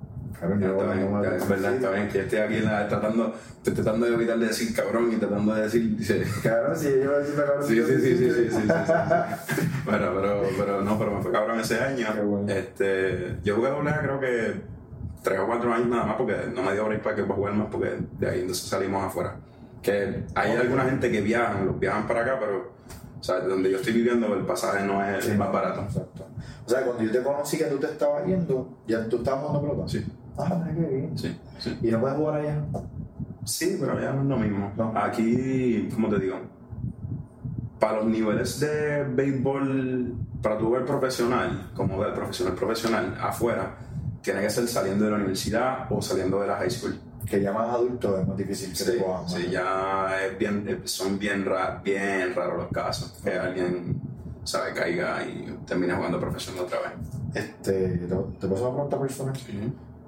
Es verdad, está bien que estoy aquí tratando de evitar de decir cabrón y tratando de decir. Cabrón, sí, yo voy a decir cabrón. Sí. Pero me fue cabrón ese año. Bueno. Yo jugué AA creo que 3 o 4 años nada más, porque no me dio break para que pueda jugar más, porque de ahí entonces salimos afuera. Que hay alguna gente que viajan para acá, pero o sea, donde yo estoy viviendo el pasaje no es el más barato. Exacto. O sea, cuando yo te conocí que tú te estabas yendo, ya tú estabas jugando pelota. Sí. Qué bien. Sí. ¿Y no puedes jugar allá? Sí, pero ya no es lo mismo. No. Aquí, ¿cómo te digo? Para los niveles de béisbol, para tu ver profesional, como del profesional, afuera, tiene que ser saliendo de la universidad o saliendo de la high school. Que ya más adulto es más difícil que te cojan. Sí, ya son bien raros los casos. Que alguien caiga y termine jugando profesional otra vez. ¿Te puedo hacer una pregunta personal? Sí.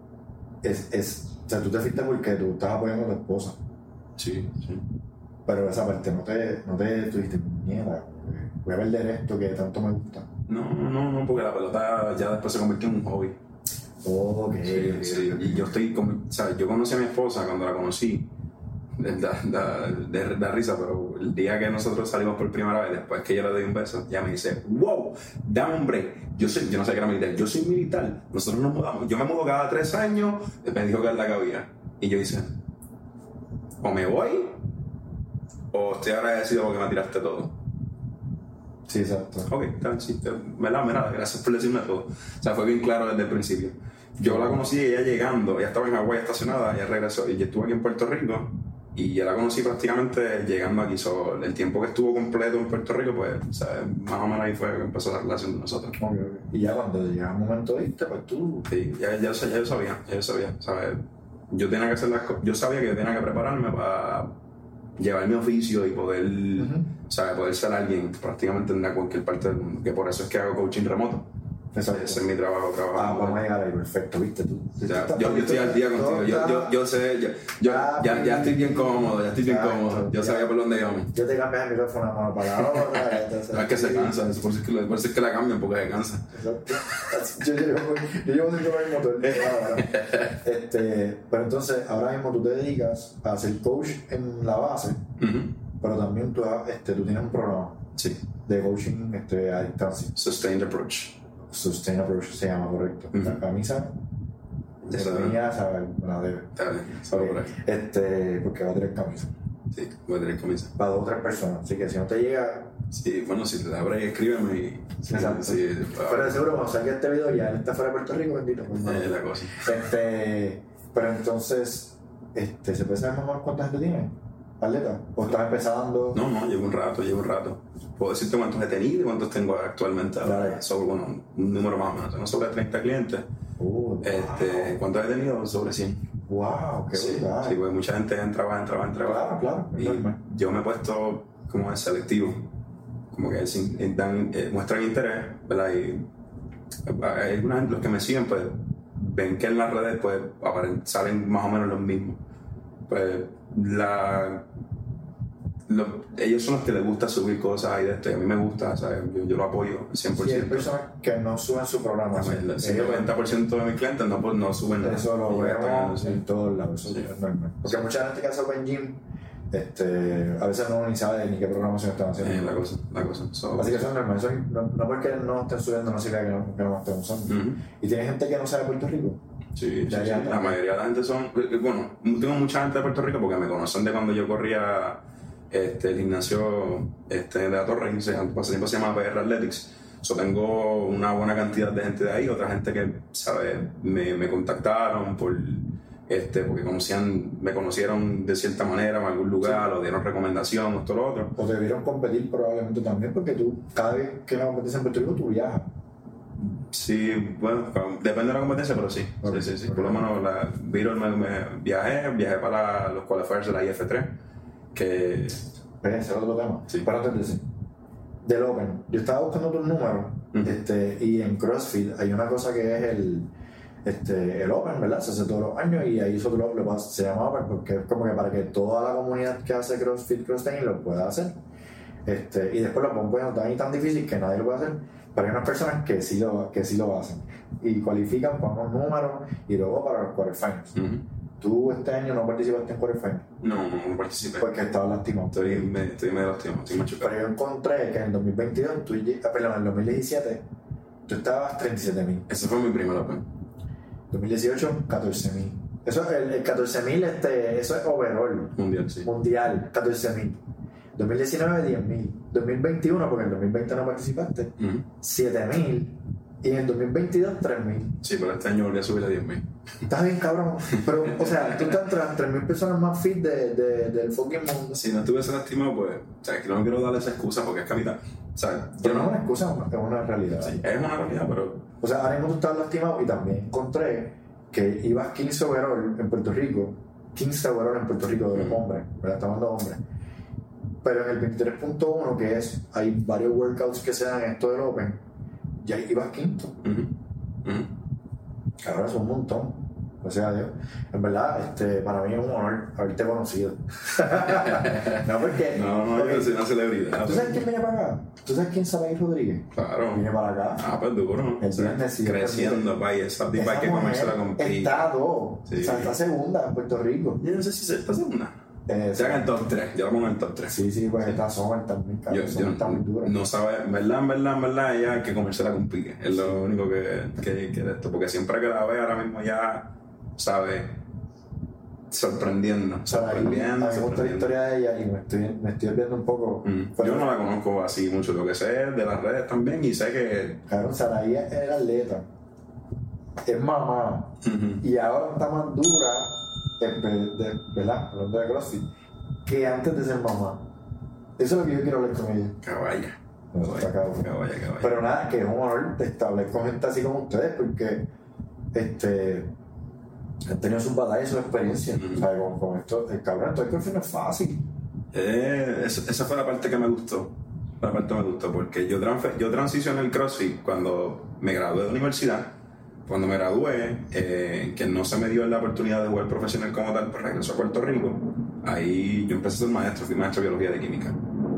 O sea, tú te fuiste porque tú estás apoyando a tu esposa. Sí. Pero esa parte no te tuviste mierda. Voy a perder esto que tanto me gusta. No, porque la pelota ya después se convirtió en un hobby. Sí. Y yo yo conocí a mi esposa cuando la conocí. Da risa, pero el día que nosotros salimos por primera vez, después que yo le doy un beso, ya me dice, wow, dame un break. Yo no sé qué era militar, yo soy militar. Nosotros nos mudamos, yo me mudo cada 3 años, me dijo que es la que había. Y yo hice, o me voy, o estoy agradecido porque me tiraste todo. Sí, exacto. Ok, sí, mira, gracias por decirme todo. O sea, fue bien claro desde el principio. Yo la conocí, ella llegando, ella estaba en Hawái estacionada, ella regresó, y yo estuve aquí en Puerto Rico, y yo la conocí prácticamente llegando aquí. El tiempo que estuvo completo en Puerto Rico, pues, o sea, más o menos ahí fue que empezó la relación de nosotros. Okay. Y ya cuando llegaba el momento de irte, pues tú... Sí, ya yo sabía, ¿sabes? Yo sabía que yo tenía que prepararme para llevar mi oficio y poder, poder ser alguien prácticamente en cualquier parte del mundo, que por eso es que hago coaching remoto. Exacto. Ese es mi trabajo. Vamos a llegar ahí, perfecto, ¿viste tú? Yo estoy al día contigo, yo sé, ya estoy bien cómodo, yo sabía por dónde íbamos. Yo te cambié el micrófono a mano para la otra. No es que se cansa, por eso es que la cambian, porque se cansa. Exacto. Yo llevo haciendo lo mismo todo el día. Pero entonces, ahora mismo tú te dedicas a ser coach en la base, pero también tú tienes un programa de coaching a distancia. Sustained Approach Se llama, correcto. La camisa venía, me la debe. Porque va a tener camisa. Sí, voy a tener camisa. Para 2 o 3 personas, así que si no te llega... Sí, bueno, si te da break, escríbeme y... Exacto. Pero de seguro cuando salga este video ya él está fuera de Puerto Rico, bendito. Es la cosa. Pero entonces, ¿se puede saber más o menos cuánta gente tiene? ¿Atleta? ¿O estás empezando? No, llevo un rato. Puedo decirte cuántos he tenido y cuántos tengo actualmente. Un número más o menos. Tengo sobre 30 clientes. Wow. ¿Cuántos he tenido? Sobre 100. ¡Wow! ¡Qué brutal! Sí, porque mucha gente entraba. Claro. Y yo me he puesto como el selectivo. Como que muestran interés, ¿verdad? Y hay algunos los que me siguen, pues ven que en las redes pues salen más o menos los mismos. Pues ellos son los que les gusta subir cosas y de esto, y a mí me gusta, ¿sabes? Yo lo apoyo 100%. Sí, hay personas que no suben su programa. El 90% de mis clientes no suben nada. Eso lo vemos en todos lados, eso es normal. Porque mucha gente que hace Open Gym, a veces no ni sabe ni qué programación están haciendo. La cosa. Así que eso es normal. Eso no porque no estén subiendo no significa que no estén usando. ¿Y tiene gente que no sabe Puerto Rico? Sí. La mayoría de la gente son... Bueno, tengo mucha gente de Puerto Rico porque me conocen de cuando yo corría el gimnasio de la Torre, tiempo se llama PR Athletics. Tengo una buena cantidad de gente de ahí, otra gente que, ¿sabes? Me contactaron porque me conocieron de cierta manera en algún lugar, o dieron recomendación, esto lo otro. O te vieron competir probablemente también, porque tú, cada vez que hay una competencia en Puerto Rico, tú viajas. Sí, bueno, depende de la competencia, pero sí. Okay. Sí. Por lo menos me viajé para los qualifiers de la IF3, que... Ese es otro tema. Sí. Pero antes de decir, del Open, yo estaba buscando tus números, y en CrossFit hay una cosa que es el Open, ¿verdad? Se hace todos los años y ahí se llama Open porque es como que para que toda la comunidad que hace CrossFit, CrossTraining lo pueda hacer. Y después lo pongo tan difícil que nadie lo puede hacer, pero hay unas personas que sí lo hacen y cualifican para unos números y luego para los quarterfinals. ¿Tú este año no participaste en quarterfinals? No participé. Porque estabas lastimado. Estoy medio lastimado, estoy machucado. Pero yo encontré que en el 2022, en el 2017, tú estabas 37,000. Ese fue mi primer Open. 2018, 14,000. Eso, el 14,000, eso es overall. Mundial, sí. Mundial, 14,000. 2019, 10,000. 2021, porque en el 2020 no participaste, 7,000. Y en el 2022, 3,000. Sí, pero este año volví a subir a 10,000. Estás bien, cabrón. Pero, o sea, tú estás entre las 3,000 personas más fit del fucking mundo. Si no estuviese lastimado, pues, o sea, que no quiero darle esa excusa porque es capital. O sea, pero no es una excusa, es una realidad. Sí, es una realidad, pero... O sea, ahora mismo tú estás lastimado y también encontré que ibas 15 overall en Puerto Rico. 15 overall en Puerto Rico de los hombres, ¿verdad? Estamos hablando de hombres. Pero en el 23.1, que hay varios workouts que se dan en esto del Open, ya ibas quinto. Cabrón, es un montón. O sea, Dios, en verdad, para mí es un honor haberte conocido. No, porque... No, yo soy una celebridad. ¿Tú sabes quién viene para acá? ¿Tú sabes quién es Saray Rodríguez? Claro. Viene para acá. Ah, pues duro. El viernes, creciendo, país. Esa tipa hay que comerse la compita. Está dos. Sí. O sea, está segunda en Puerto Rico. Yo no sé si está segunda. Se haga el top 3, yo lo pongo en el top 3. Sí, pues está Sommer también, cabrón. Está muy dura. No sabe, en verdad, ella hay que comerse la complique. Es lo único que de esto. Porque siempre que la ve ahora mismo ya, ¿sabes? Sorprendiendo. A mí me gusta la historia de ella y me estoy viendo un poco. Yo no la conozco así mucho, lo que sé es de las redes también y sé que... Claro, Saray es atleta, es mamá, y ahora está más dura, ¿verdad? Hablando de CrossFit, que antes de ser mamá. Eso es lo que yo quiero hablar con ella. Caballa. Pero nada, que es un honor establecer con gente así como ustedes, porque han tenido sus batallas y sus experiencias. ¿Sabes? Con esto, el cabrón, todo el CrossFit no es fácil. Esa fue la parte que me gustó. Porque yo transicioné el CrossFit cuando me gradué de universidad. Cuando me gradué, que no se me dio la oportunidad de jugar profesional como tal, pues regresó a Puerto Rico. Ahí yo empecé a ser maestro, fui maestro de biología de química.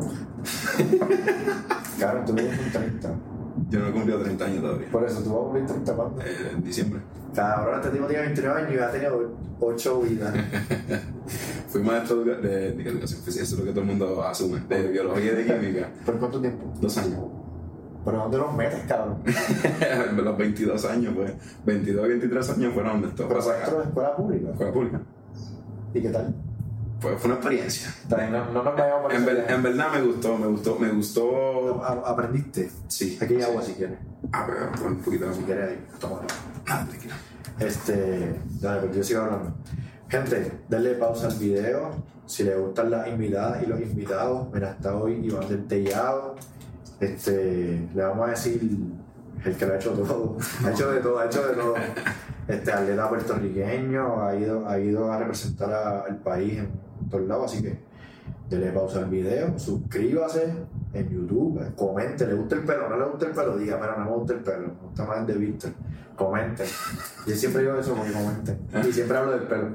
Claro, tú vives con 30. Yo no he cumplido 30 años todavía. Por eso, tú vas a cumplir 30 cuándo? En diciembre. Cabrón, este tipo tiene 29 años y ha tenido 8 vidas. Fui maestro de educación física, eso es lo que todo el mundo asume, de biología y de química. ¿Por cuánto tiempo? 2 años. ¿Pero dónde los metes, cabrón? Los 22 años, pues. 22 y 23 años fueron donde estuvo. ¿Pero maestro de escuela pública? Escuela pública. ¿Y qué tal? Pues fue una experiencia. No nos vayamos por eso. En verdad me gustó. ¿Aprendiste? Sí. Aquí hay agua si quieres. Pero un poquito más. Si quieres, ahí, tómalo. Tranquilo. Dale, pues yo sigo hablando. Gente, denle pausa al video. Si les gustan las invitadas y los invitados, mira, está hoy Iván del Tellado. Le vamos a decir el que lo ha hecho todo. Ha hecho de todo. Atleta puertorriqueño, ha ido a representar al país en todos lados, así que denle pausa al video, suscríbase, en YouTube, comenten, ¿le gusta el pelo? ¿No le gusta el pelo? Diga, mira, no me gusta el pelo, me gusta más el de Víctor. Comenten. Yo siempre digo eso porque comenten. Y siempre hablo del pelo.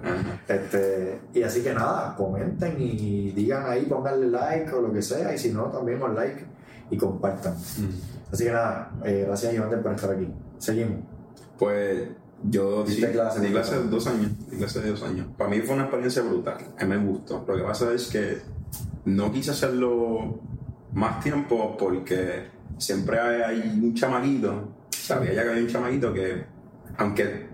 Y así que nada, comenten y digan ahí, pónganle like o lo que sea, y si no, también con like y compartan. Así que nada, gracias Iván por estar aquí. Seguimos. Pues yo di clase de 2 años. Di clase de 2 años. Para mí fue una experiencia brutal. A mí me gustó. Lo que pasa es que no quise hacerlo más tiempo porque siempre hay un chamaquito. Sabía ya que había un chamaquito que, aunque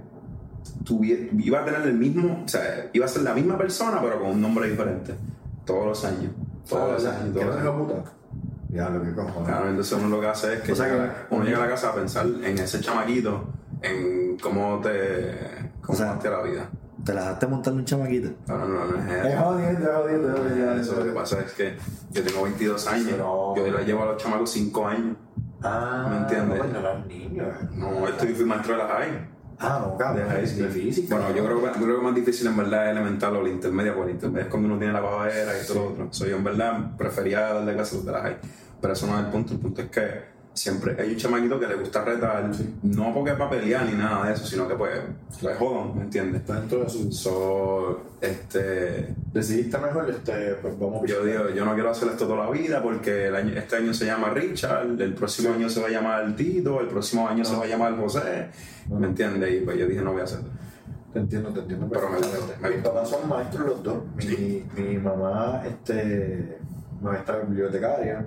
iba a tener el mismo, o sea, iba a ser la misma persona, pero con un nombre diferente. Todos los años. Todos los años. ¿Qué no tengo puta? Ya, lo que cojo. Claro, entonces uno lo que hace es que uno llega a la casa a pensar en ese chamaquito, en cómo te te la vida. ¿Te la dejaste montarle un chamaquito? No es es jodiendo. Eso lo que pasa es que yo tengo 22 años, yo la llevo a los chamacos 5 años. ¿Me entiendes? No eras niño. No, fui maestro de la high. No, cabrón, es difícil. Bueno, yo creo que más difícil en verdad es elemental o la intermedia, porque la intermedia es cuando uno tiene la pavadera y todo lo otro. Yo en verdad prefería darle clases de la high, pero eso no es el punto es que siempre hay un chamaquito que le gusta retar, no porque es para pelear ni nada de eso, sino que pues jodan, ¿me entiendes? Está dentro de su... Decidiste mejor, pues vamos a... Yo digo, yo no quiero hacer esto toda la vida porque este año se llama Richard, el próximo año se va a llamar Tito, el próximo año se va a llamar José, ¿me entiendes? Y pues yo dije, no voy a hacerlo. Te entiendo. Pero me gusta. Mis papás son maestros los dos. Mi mamá, maestra bibliotecaria,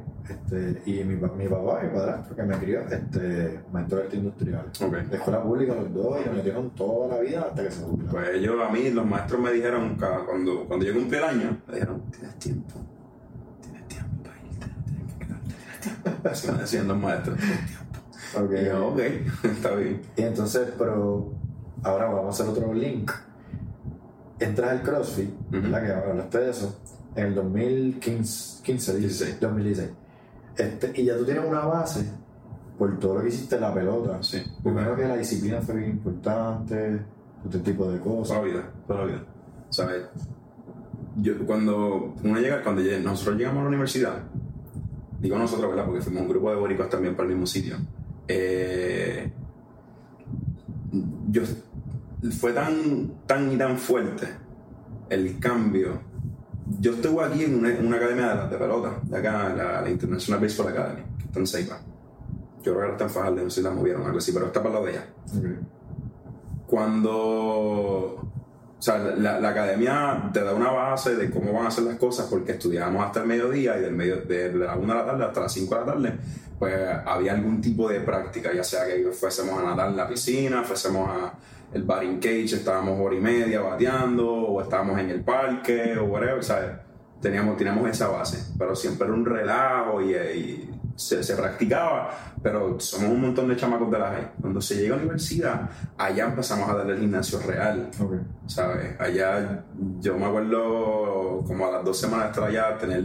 y mi papá, mi padrastro, que me crió, maestro de arte industrial. Okay. De escuela pública los dos, y me metieron toda la vida hasta que se jubilaron. Pues ellos, a mí, los maestros me dijeron, cuando yo cumplí el año, me dijeron, tienes tiempo para irte, tienes que quedarte. Así me decían los maestros, tienes tiempo. Okay. Y yo, ok, está bien. Y entonces, pero ahora vamos a hacer otro link. Entras al CrossFit, ¿verdad? Que hablaste de eso, en el 2016. Y ya tú tienes una base por todo lo que hiciste en la pelota. Sí. Primero que la disciplina fue bien importante, este tipo de cosas. Toda la vida. ¿Sabes? Cuando nosotros llegamos a la universidad, digo nosotros, ¿verdad? Porque fuimos un grupo de boricuas también para el mismo sitio. Fue tan fuerte el cambio. Yo estuve aquí en una academia de pelota, de acá, la International Baseball Academy, que está en Seipa. Yo creo que ahora está en Fajardo, no sé si la movieron o algo así, pero está para el lado de ella. Okay. O sea, la academia te da una base de cómo van a hacer las cosas, porque estudiábamos hasta el mediodía, y de la 1 de la tarde hasta las 5 de la tarde, pues había algún tipo de práctica, ya sea que fuésemos a nadar en la piscina, fuésemos a el batting cage, estábamos hora y media bateando, o estábamos en el parque, o whatever, ¿sabes? Teníamos esa base, pero siempre era un relajo y se practicaba, pero somos un montón de chamacos de la high. Cuando se llega a la universidad, allá empezamos a darle el gimnasio real, ¿sabes? Allá, yo me acuerdo como a las 2 semanas de estar allá, tener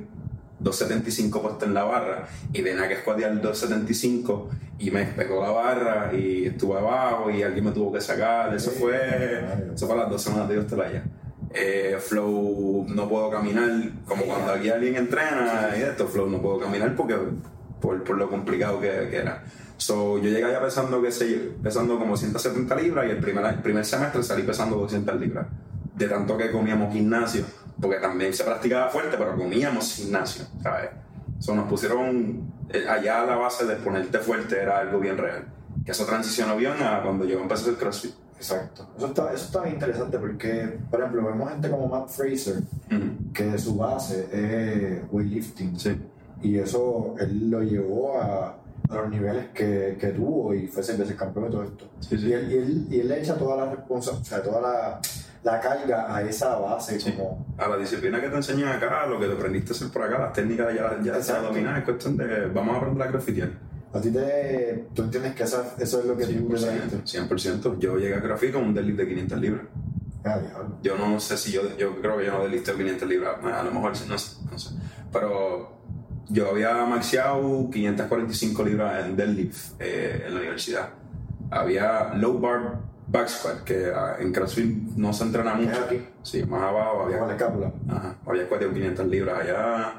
275 puestos en la barra, y tenía que squatear 275 y me pegó la barra y estuve abajo y alguien me tuvo que sacar. Eso fue a las 2 semanas de yo estar allá. Flow, no puedo caminar, como cuando aquí alguien entrena y Flow, no puedo caminar porque por lo complicado que era. Yo llegué allá pesando como 170 libras, y el primer semestre salí pesando 200 libras, de tanto que comíamos gimnasio, porque también se practicaba fuerte, pero comíamos gimnasio, ¿sabes? Nos pusieron allá, la base de ponerte fuerte era algo bien real, que eso transicionó bien a cuando yo empecé a hacer CrossFit. Exacto. Eso está bien interesante porque, por ejemplo, vemos gente como Matt Fraser, que su base es weightlifting. Sí. Y eso él lo llevó a los niveles que tuvo, y fue 6 veces campeón de todo esto. Sí. Y él le echa toda la responsabilidad, o sea, toda la carga a esa base. Sí. Como... a la disciplina que te enseñan acá, lo que te aprendiste a hacer por acá, las técnicas ya se dominan. Es cuestión de vamos a aprender a crossfitear. ¿A ti tú entiendes que eso es lo que tú te trajiste? 100%. Yo llegué a CrossFit con un deadlift de 500 libras. Diablo. Yo no sé si yo creo que yo no deadlifteo 500 libras. A lo mejor no sé. Pero yo había maxeado 545 libras en deadlift en la universidad. Había low bar back squat, que en CrossFit no se entrena mucho. ¿Es aquí? Sí, más abajo había. Con la escápula. Ajá, había squat de 500 libras allá.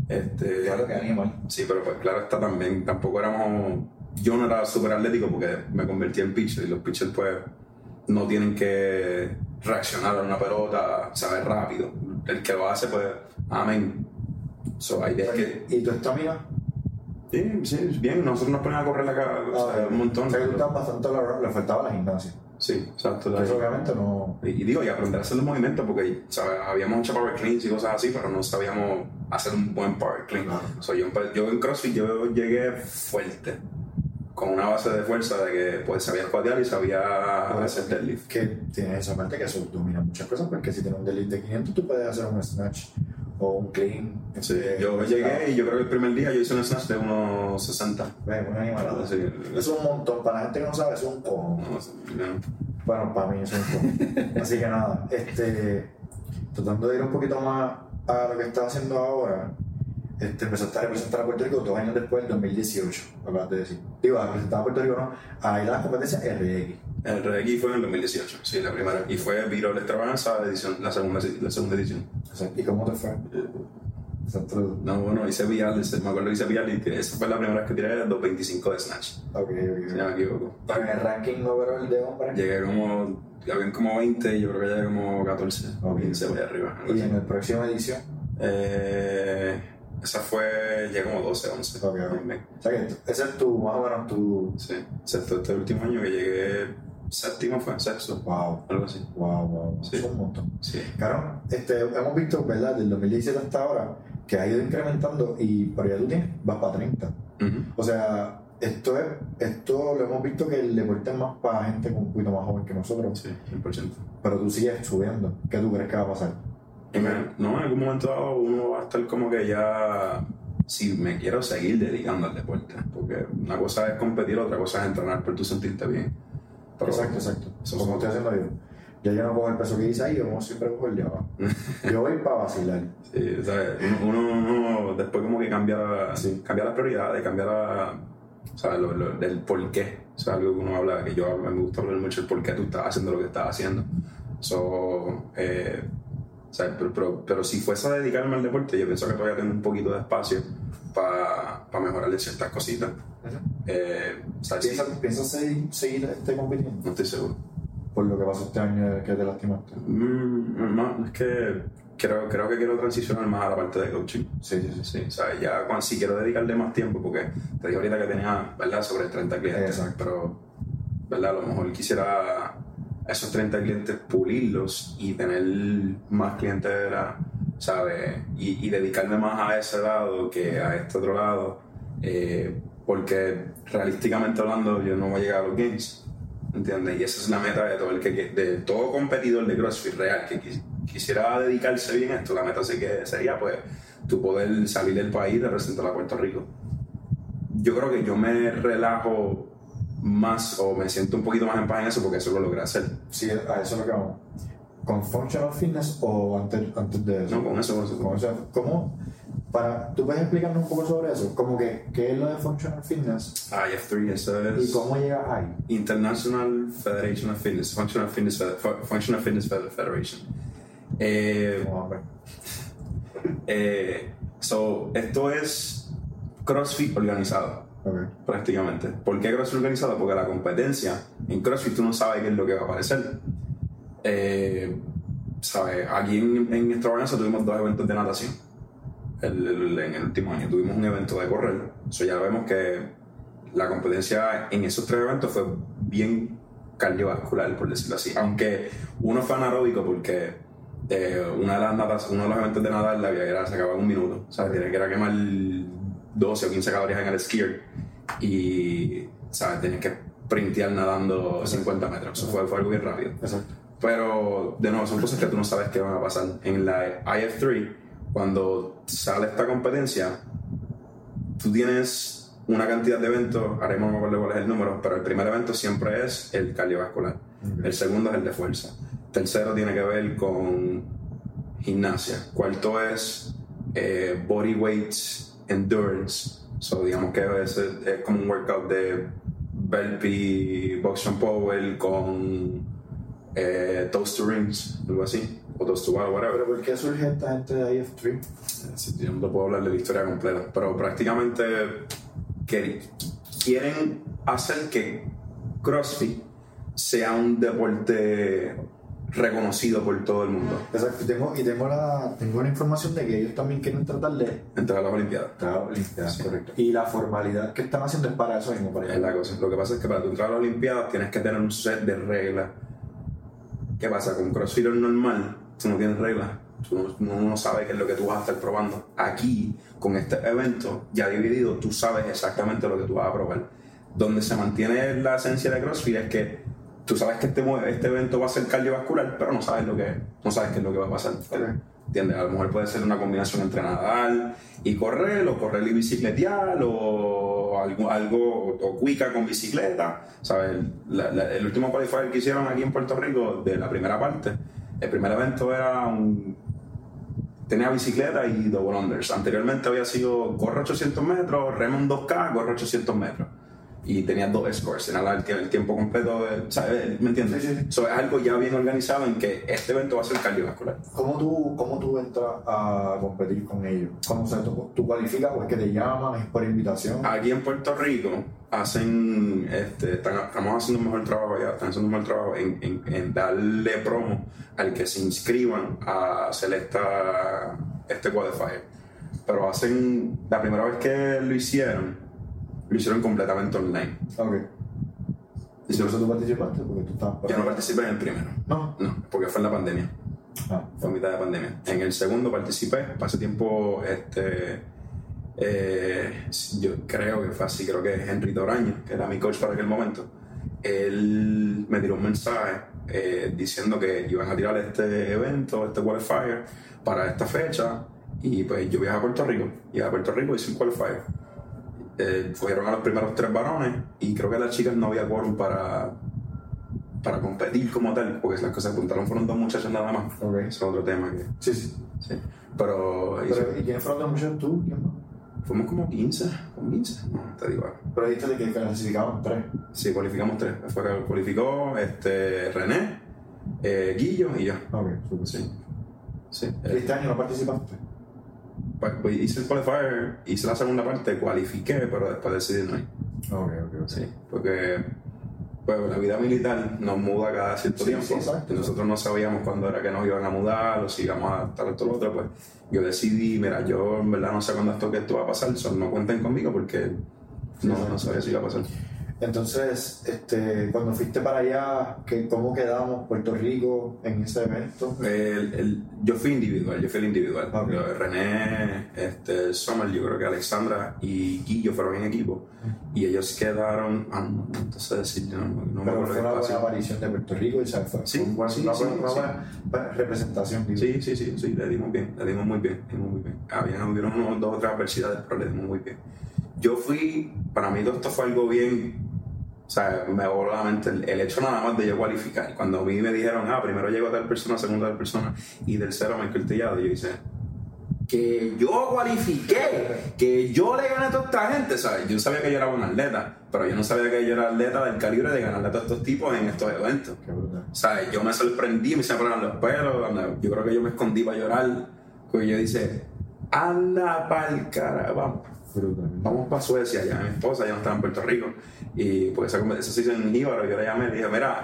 Claro que animal. Sí, pero pues claro está también, tampoco éramos... Yo no era súper atlético porque me convertí en pitcher y los pitchers pues no tienen que reaccionar a una pelota, saber rápido. El que lo hace pues, amén. So, hay veces que... ¿Y tu estamina? Sí, bien, nosotros nos poníamos a correr un montón. O sea, que tú estabas bastante le faltaba la gimnasia. Sí, exacto. Eso obviamente no... Y digo, y aprender a hacer los movimientos, porque ¿sabes? Habíamos hecho power cleans y cosas así, pero no sabíamos hacer un buen power clean. Claro. So, yo en CrossFit yo llegué fuerte, con una base de fuerza de que pues sabía squatear y sabía hacer deadlift. Que tienes esa parte que eso domina muchas cosas, porque si tienes un deadlift de 500 tú puedes hacer un snatch o un clean. Sí, yo llegué y yo creo que el primer día yo hice un snatch de unos 60. Ven, una animalada. Sí, eso es un montón. Para la gente que no sabe, eso es un cojón. Bueno, para mí eso es un cojón. Así que nada, tratando de ir un poquito más a lo que estás haciendo ahora, empezaste a representar a Puerto Rico 2 años después, del 2018, acabas de decir. Digo, a representar a Puerto Rico no, a ir a las competencias RX. El RX fue en el 2018, sí, la primera. Y fue Virol Extravaganza, la segunda edición. O sea, ¿y cómo te fue? No, bueno, hice vial, me acuerdo que hice vial y esa fue la primera vez que tiré 2.25 de snatch. Ok. Si no me equivoco. ¿En el ranking overall de hombres? Llegué habían como 20 y yo creo que llegué como 14 o 15 por ahí arriba. ¿Y en la próxima edición? Esa llegué como 12, 11. Ok. O sea que ese es tu, más o menos tu... Sí, excepto este último año que llegué séptimo, fue sexto. Wow. Algo así. Wow. Sí. Eso es un montón. Sí. Claro, hemos visto, ¿verdad? Del 2017 hasta ahora, que ha ido incrementando y por ya tú vas para 30. Uh-huh. O sea, esto lo hemos visto que el deporte es más para gente un poquito más joven que nosotros. Sí, 100%. Pero tú sigues subiendo. ¿Qué tú crees que va a pasar? No, en algún momento dado uno va a estar como que ya... Si me quiero seguir dedicando al deporte. Porque una cosa es competir, otra cosa es entrenar por tú sentirte bien. Pero, exacto. Como estoy haciendo yo. Ya yo no cojo el peso que hice ahí, yo como siempre cojo el de abajo. Yo voy para vacilar. Sí, ¿sabes? Uno después como que cambia las prioridades, ¿sabes? Del por qué. O sea, algo que uno habla, que me gusta hablar mucho el por qué tú estás haciendo lo que estás haciendo. ¿Sabes? Pero si fuese a dedicarme al deporte, yo pienso que todavía tengo un poquito de espacio para mejorarle ciertas cositas. ¿Sabes? ¿Piensas seguir compitiendo? No estoy seguro. Por lo que pasó este año que te lastimaste. No, es que creo que quiero transicionar más a la parte de coaching. Sí. O sea, ya sí quiero dedicarle más tiempo, porque te dije ahorita que tenía, ¿verdad?, sobre 30 clientes. Exacto. Pero, ¿verdad?, a lo mejor quisiera esos 30 clientes pulirlos y tener más clientela, ¿sabes? Y dedicarme más a ese lado que a este otro lado, porque realísticamente hablando yo no voy a llegar a los games, ¿entiendes? Y esa es la meta de todo competidor de CrossFit real que quisiera dedicarse bien a esto. La meta sería pues tu poder salir del país y representar a Puerto Rico. Yo creo que yo me relajo más o me siento un poquito más en paz en eso porque eso lo logré hacer. Sí, a eso es lo que vamos. ¿Con Functional Fitness o antes de eso? No, con eso. ¿Cómo? ¿Tú puedes explicarnos un poco sobre eso? Como que, ¿qué es lo de Functional Fitness? IF3, eso es... ¿Y cómo llegas ahí? International Federation of Fitness, Functional Fitness Federation. Esto es CrossFit organizado. Okay. Prácticamente. ¿Por qué CrossFit organizado? Porque la competencia en CrossFit tú no sabes qué es lo que va a aparecer. ¿Sabes? Aquí en Extravaganza tuvimos 2 eventos de natación en el último año. Tuvimos un evento de correr. Ya vemos que la competencia en esos 3 eventos fue bien cardiovascular, por decirlo así. Aunque uno fue anaeróbico porque uno de los eventos de nadar se acababa en 1 minuto. O sea, tiene que quemar 12 o 15 calorías en el skier y, ¿sabes? Tienes que printear nadando 50 metros. Eso fue algo bien rápido. Exacto. Pero, de nuevo, son cosas que tú no sabes qué van a pasar. En la IF3, cuando sale esta competencia, tú tienes una cantidad de eventos, ahora mismo no me acuerdo cuál es el número, pero el primer evento siempre es el cardiovascular. Okay. El segundo es el de fuerza. Tercero tiene que ver con gimnasia. Cuarto es body weight endurance. Digamos que es como un workout de burpee, box jump power con toast to rings, algo así. o Tostual o whatever. ¿Pero por qué surge esta gente de IF3? Yo no te puedo hablar de la historia completa, pero prácticamente quieren hacer que CrossFit sea un deporte reconocido por todo el mundo. Exacto, tengo la información de que ellos también quieren tratar de entrar a las Olimpiadas. Sí. Correcto. Y la formalidad que están haciendo es para eso mismo. Para es la cosa. Lo que pasa es que para tú entrar a las Olimpiadas tienes que tener un set de reglas. ¿Qué pasa? Con CrossFit normal, tú no tienes reglas. Tú no sabes qué es lo que tú vas a estar probando. Aquí, con este evento ya dividido, tú sabes exactamente lo que tú vas a probar. Donde se mantiene la esencia de CrossFit es que tú sabes que este evento va a ser cardiovascular, pero no sabes qué es lo que va a pasar. Okay. ¿Entiendes? A lo mejor puede ser una combinación entre nadar y correr, o correr y bicicletear, o algo o cuica con bicicleta. ¿Sabes? El último qualifier que hicieron aquí en Puerto Rico, de la primera parte, el primer evento tenía bicicleta y double unders. Anteriormente había sido corre 800 metros, remo en 2K, corre 800 metros. Y tenía 2 scores, era el tiempo completo, ¿sabes? ¿Me entiendes? Sí. So, es algo ya bien organizado en que este evento va a ser cardiovascular. ¿Cómo tú entras a competir con ellos? ¿Cómo tú cualificas o es que te llaman? ¿Es por invitación? Aquí en Puerto Rico estamos haciendo un mejor trabajo ya, están haciendo un mejor trabajo en darle promo al que se inscriban a hacer este qualifier. Pero la primera vez que lo hicieron completamente online. Ok. ¿Y por eso tú participaste? Porque tú estabas... Yo no participé en el primero. No, porque fue en la pandemia. Fue en mitad de pandemia. En el segundo participé, pasé tiempo, yo creo que fue así, creo que Henry Toraño, que era mi coach para aquel momento, él me tiró un mensaje diciendo que iban a tirar este evento, este qualifier, para esta fecha, y pues yo viajé a Puerto Rico, hice un qualifier. Fueron a los primeros 3 varones y creo que las chicas no había quórum para competir como tal, porque las cosas apuntaron fueron 2 muchachas nada más. Okay. Eso es otro tema que... Sí. Pero ¿Y quiénes fueron los muchachos tú? ¿Quién más? Fuimos como 15, no, te digo algo. Pero dijiste de que clasificaban 3. Sí, cualificamos 3. Cualificó René, Guillo y yo. Ok, súper. Sí. ¿Este año no participaste? Pues hice el qualifier, hice la segunda parte, cualifiqué, pero después decidí no ir. Ok. Sí, porque pues, la vida militar nos muda cada cierto tiempo. Sí, exacto. Y nosotros no sabíamos cuándo era que nos iban a mudar o si íbamos a estar esto o lo otro. Pues yo decidí, mira, yo en verdad no sé cuándo esto va a pasar, no cuenten conmigo porque no sabía si iba a pasar. Entonces, cuando fuiste para allá, ¿cómo quedamos Puerto Rico en ese evento? Yo fui el individual. Okay. René, Sommer, yo creo que Alexandra y Guillo fueron en equipo. Y ellos quedaron, no sé decir, no me Pero acuerdo. fue una buena aparición de Puerto Rico y fue una buena representación. Digo. Sí, le dimos muy bien. Hubieron 2 o 3 adversidades, pero le dimos muy bien. Yo fui, para mí todo esto fue algo bien, o sea, me voló la mente el hecho nada más de yo cualificar. Cuando a mí me dijeron, primero llegó tal persona, segundo tal persona y tercero Michael Tellado, yo hice, que yo cualifiqué, que yo le gané a toda esta gente, ¿sabes? Yo sabía que yo era un atleta, pero yo no sabía que yo era atleta del calibre de ganarle a todos estos tipos en estos eventos. Qué brutal. ¿Sabes? Yo me sorprendí, me hicieron poner los pelos, yo creo que yo me escondí para llorar, porque yo dije, anda pa'l carajo, vamos para Suecia. Ya mi esposa ya no estaba en Puerto Rico y pues eso se hizo en Jíbaro. Yo le llamé y le dije, mira,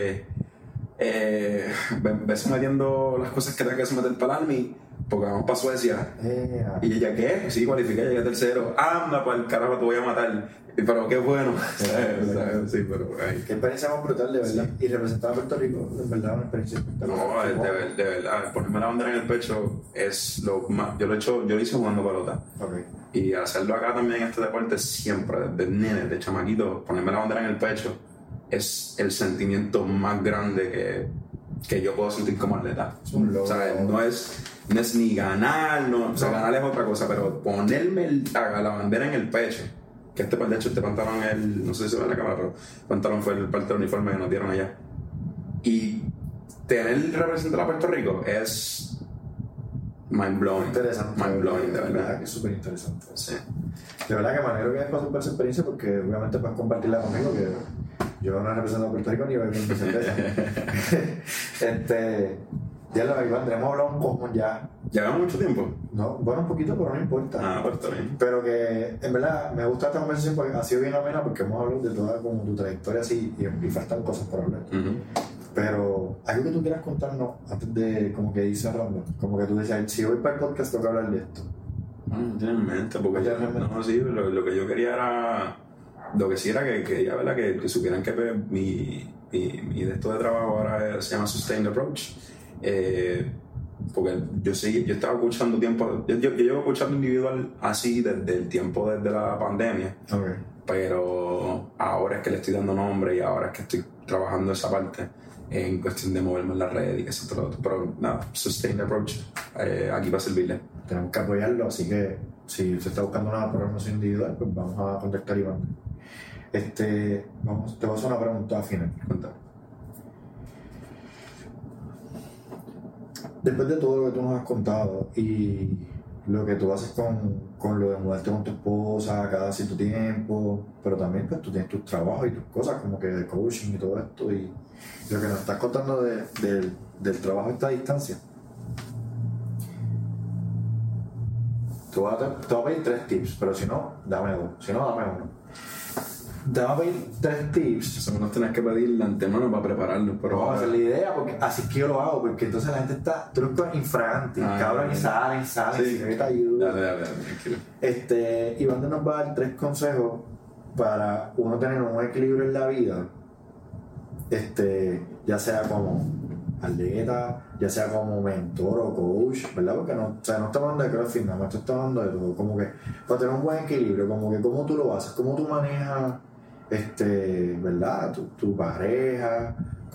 ves metiendo las cosas que tengo que meter para el Army porque vamos para Suecia. Y ella, ¿qué? Sí, cualifiqué, llegué tercero. Anda para el carajo, te voy a matar. Pero qué bueno. Sí, pero qué experiencia más brutal, de verdad. Y representar a Puerto Rico, de verdad, una experiencia espectacular. No, de verdad, ponerme la bandera en el pecho es lo más. Yo lo hice jugando pelota. Okay. Y hacerlo acá también en este deporte siempre, desde nene, de chamaquito, ponerme la bandera en el pecho es el sentimiento más grande que yo puedo sentir como atleta. Es un logro. O sea, no es ni ganar, ganar es otra cosa, pero ponerme la bandera en el pecho, que de hecho este pantalón no sé si se ve en la cámara, pero el pantalón fue el parte del uniforme que nos dieron allá. Y representar a Puerto Rico es mind blowing. Interesante. Mind blowing, de verdad. Que es súper interesante. Sí. De verdad que me alegro que hayas pasado por esa experiencia, porque obviamente puedes compartirla conmigo, que yo no he representado a Puerto Rico ni voy a cerveza. Ya lo Iván, hemos hablado un cojón ya. ¿Lleva mucho tiempo? No, bueno, un poquito, pero no importa. Pero está bien. Pero que, en verdad, me gusta esta conversación porque ha sido bien amena porque hemos hablado de toda como tu trayectoria así y faltan cosas por hablar. Pero, ¿algo que tú quieras contarnos antes de como que ir cerrando? Como que tú decías, si voy para el podcast tengo que hablar de esto. No tiene en mente, porque no, sí, lo que yo quería era, lo que sí era que quería, ¿verdad? Que supieran que pues, mi de esto de trabajo ahora se llama Sustained Approach. Porque yo estaba escuchando tiempo, yo llevo escuchando individual así desde el tiempo desde la pandemia. Okay. Pero ahora es que le estoy dando nombre y ahora es que estoy trabajando esa parte en cuestión de moverme en la red y que se todo. Pero nada, Sustained Approach, aquí va a servirle. Tenemos que apoyarlo, así que si usted está buscando una programación individual, pues vamos a contactar a Iván. Te voy a hacer una pregunta final. Cuéntame. Después de todo lo que tú nos has contado y lo que tú haces con lo de mudarte con tu esposa cada cierto tiempo, pero también pues tú tienes tus trabajos y tus cosas como que de coaching y todo esto, y lo que nos estás contando del trabajo a esta distancia, te voy a pedir 3 tips, pero si no, dame 2, si no, dame 1. Te voy a pedir 3 tips. Eso nos tenés que pedir de antemano para prepararnos. Pero vamos a hacer la idea, porque así es que yo lo hago, porque entonces la gente está, tú eres infragante, cabrón, y salen, sí. si no te ayuda. Dale, tranquilo. Iván nos va a dar 3 consejos para uno tener un equilibrio en la vida, ya sea como atleta, ya sea como mentor o coach, ¿verdad? Porque no estamos hablando de CrossFit, nada más, estamos hablando de todo, como que para tener un buen equilibrio, como que cómo tú lo haces, cómo tú manejas, ¿verdad? Tu pareja,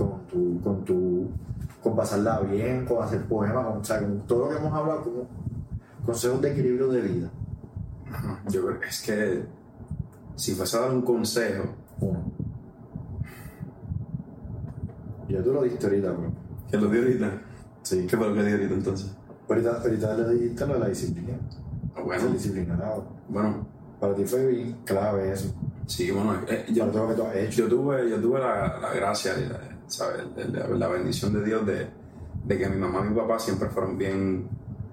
con pasarla bien, con hacer poemas, con todo lo que hemos hablado, como consejos de equilibrio de vida. Yo creo que es que si fuese a dar un consejo, 1. Ya tú lo diste ahorita, bro. ¿Que lo di ahorita? Sí. ¿Qué fue lo que di ahorita entonces? Ahorita le dijiste lo de la disciplina. Bueno. El disciplinado. Bueno. Para ti fue bien clave eso. Sí, bueno. Para todo lo que tú has hecho. Yo tuve la gracia, ¿sabes? La bendición de Dios de que mi mamá y mi papá siempre fueron bien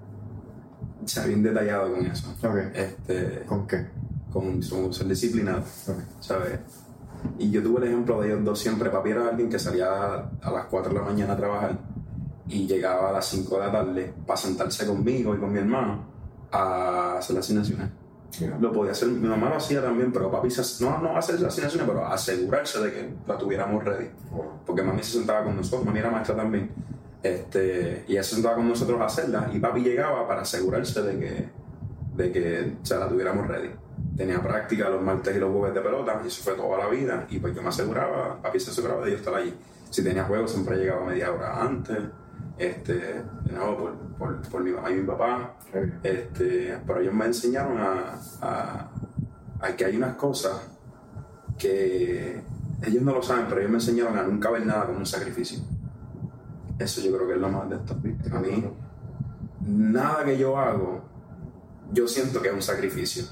detallados con eso. Okay. ¿Con qué? Con ser disciplinado. Okay. ¿Sabes? Y yo tuve el ejemplo de ellos dos siempre. Papi era alguien que salía a las 4 de la mañana a trabajar y llegaba a las 5 de la tarde para sentarse conmigo y con mi hermano a hacer las asignaciones. Yeah. Lo podía hacer, mi mamá lo hacía también, pero papi no hacer las asignaciones, pero asegurarse de que la tuviéramos ready. Porque mami se sentaba con nosotros, mami era maestra también, y ella se sentaba con nosotros a hacerlas y papi llegaba para asegurarse de que la tuviéramos ready. Tenía práctica los martes y los jueves de pelota, y eso fue toda la vida, y pues yo me aseguraba, papi se aseguraba de yo estar allí. Si tenía juegos siempre llegaba media hora antes, de nuevo por mi mamá y mi papá. Pero ellos me enseñaron a que hay unas cosas que ellos no lo saben, pero ellos me enseñaron a nunca ver nada como un sacrificio. Eso yo creo que es lo más de esto. A mí, nada que yo hago, yo siento que es un sacrificio.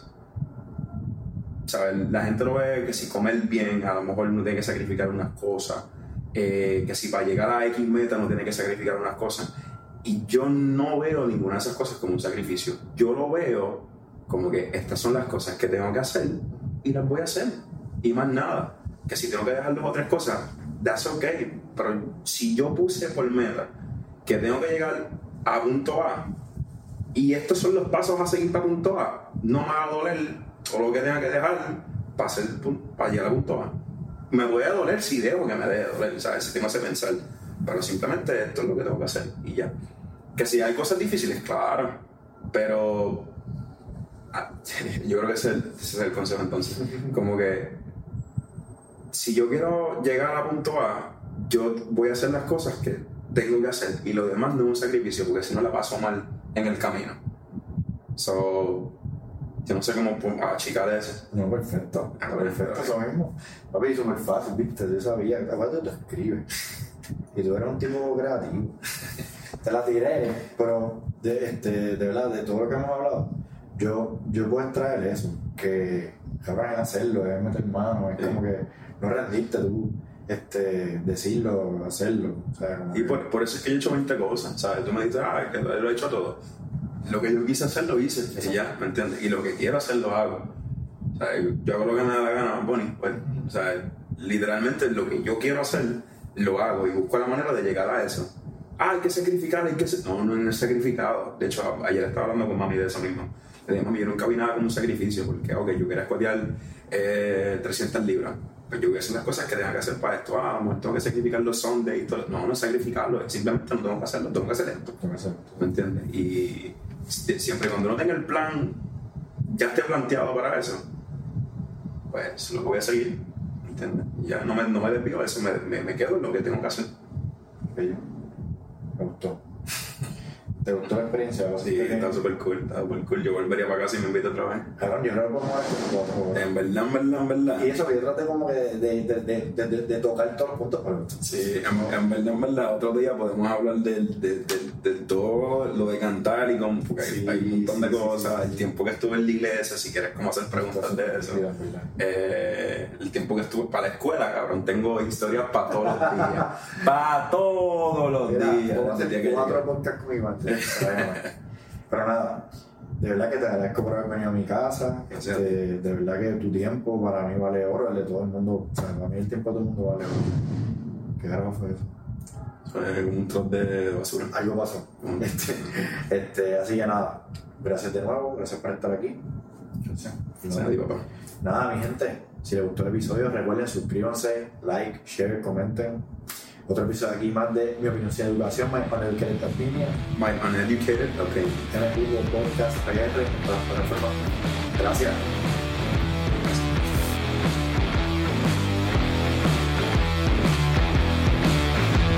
¿Sabes? La gente lo ve que si comer bien, a lo mejor uno tiene que sacrificar unas cosas, que si para llegar a X meta no tiene que sacrificar unas cosas. Y yo no veo ninguna de esas cosas como un sacrificio. Yo lo veo como que estas son las cosas que tengo que hacer y las voy a hacer. Y más nada. Que si tengo que dejar 2 o 3 cosas, that's okay. Pero si yo puse por meta que tengo que llegar a punto A y estos son los pasos a seguir para punto A, no me va a doler todo lo que tenga que dejar para llegar a punto A. Me voy a doler si debo que me deje doler, ¿sabes? Si tengo que pensar. Pero simplemente esto es lo que tengo que hacer y ya. Que si hay cosas difíciles, claro. Pero yo creo que ese es el consejo entonces. Como que si yo quiero llegar a punto A, yo voy a hacer las cosas que tengo que hacer y lo demás no es un sacrificio, porque si no la paso mal en el camino. Yo no sé cómo achicar eso. No, perfecto. Perfecto, eso mismo. Papi, súper fácil, viste, yo sabía. Aparte tú escribes. Y tú eres un tipo creativo. Te la tiré, pero de verdad, de todo lo que hemos hablado, yo puedo extraer eso. Que cabrón es hacerlo, es meter mano, es como que no rendirte tú. decirlo, hacerlo. O sea, Y por eso es que yo he hecho 20 cosas, ¿sabes? Tú me dices, que lo he hecho todo. Lo que yo quise hacer, lo hice. Y ya, ¿me entiendes? Y lo que quiero hacer, lo hago. O sea, yo hago lo que me da la gana, Bonnie. Pues, o sea, literalmente lo que yo quiero hacer, lo hago. Y busco la manera de llegar a eso. Hay que sacrificar, no es sacrificado. De hecho, ayer estaba hablando con mami de eso mismo. Le dije, mami, yo nunca vi nada como un sacrificio. Porque, yo quería escuetear 300 libras. Pues yo voy a hacer las cosas que tenga que hacer para esto. Tengo que sacrificar los Sundays y todo. No es sacrificarlo. Simplemente no tengo que hacerlo. Tengo que hacer esto. ¿Me entiendes? Y siempre cuando no tenga el plan ya esté planteado para eso, pues lo que voy a seguir. ¿Me entiendes? Ya no me desvío de eso. Me quedo en lo que tengo que hacer. Bello. Me gustó. ¿Te gustó la experiencia? Sí, está súper cool, Yo volvería para casa y me invito otra vez. Cabrón, yo no lo pongo más. En verdad. Y eso que yo traté como que de tocar todos los puntos, pero... Sí, en verdad, otro día podemos hablar de todo lo de cantar y como, porque hay un montón de cosas. El tiempo que estuve en la iglesia, si quieres como hacer preguntas de eso. El tiempo que estuve para la escuela, cabrón, tengo historias para todos los días. Para todos los días. Puedo hacer 4 podcasts con Iván. Pero nada, de verdad que te agradezco por haber venido a mi casa. De verdad que tu tiempo para mí vale oro, el de todo el mundo. O sea, para mí el tiempo de todo el mundo vale oro. ¿Qué carajo fue eso? Fue un trozo de basura. Algo pasó. Así que nada, gracias de nuevo, gracias por estar aquí. Gracias a ti, papá. Nada, mi gente, si les gustó el episodio, recuerden suscríbanse, like, share, comenten. Otro episodio aquí más de Mi Opinión Sin Educación, My Uneducated Opinion. My Uneducated Opinion. En el Google Podcast, PR, en todas las plataformas. Gracias.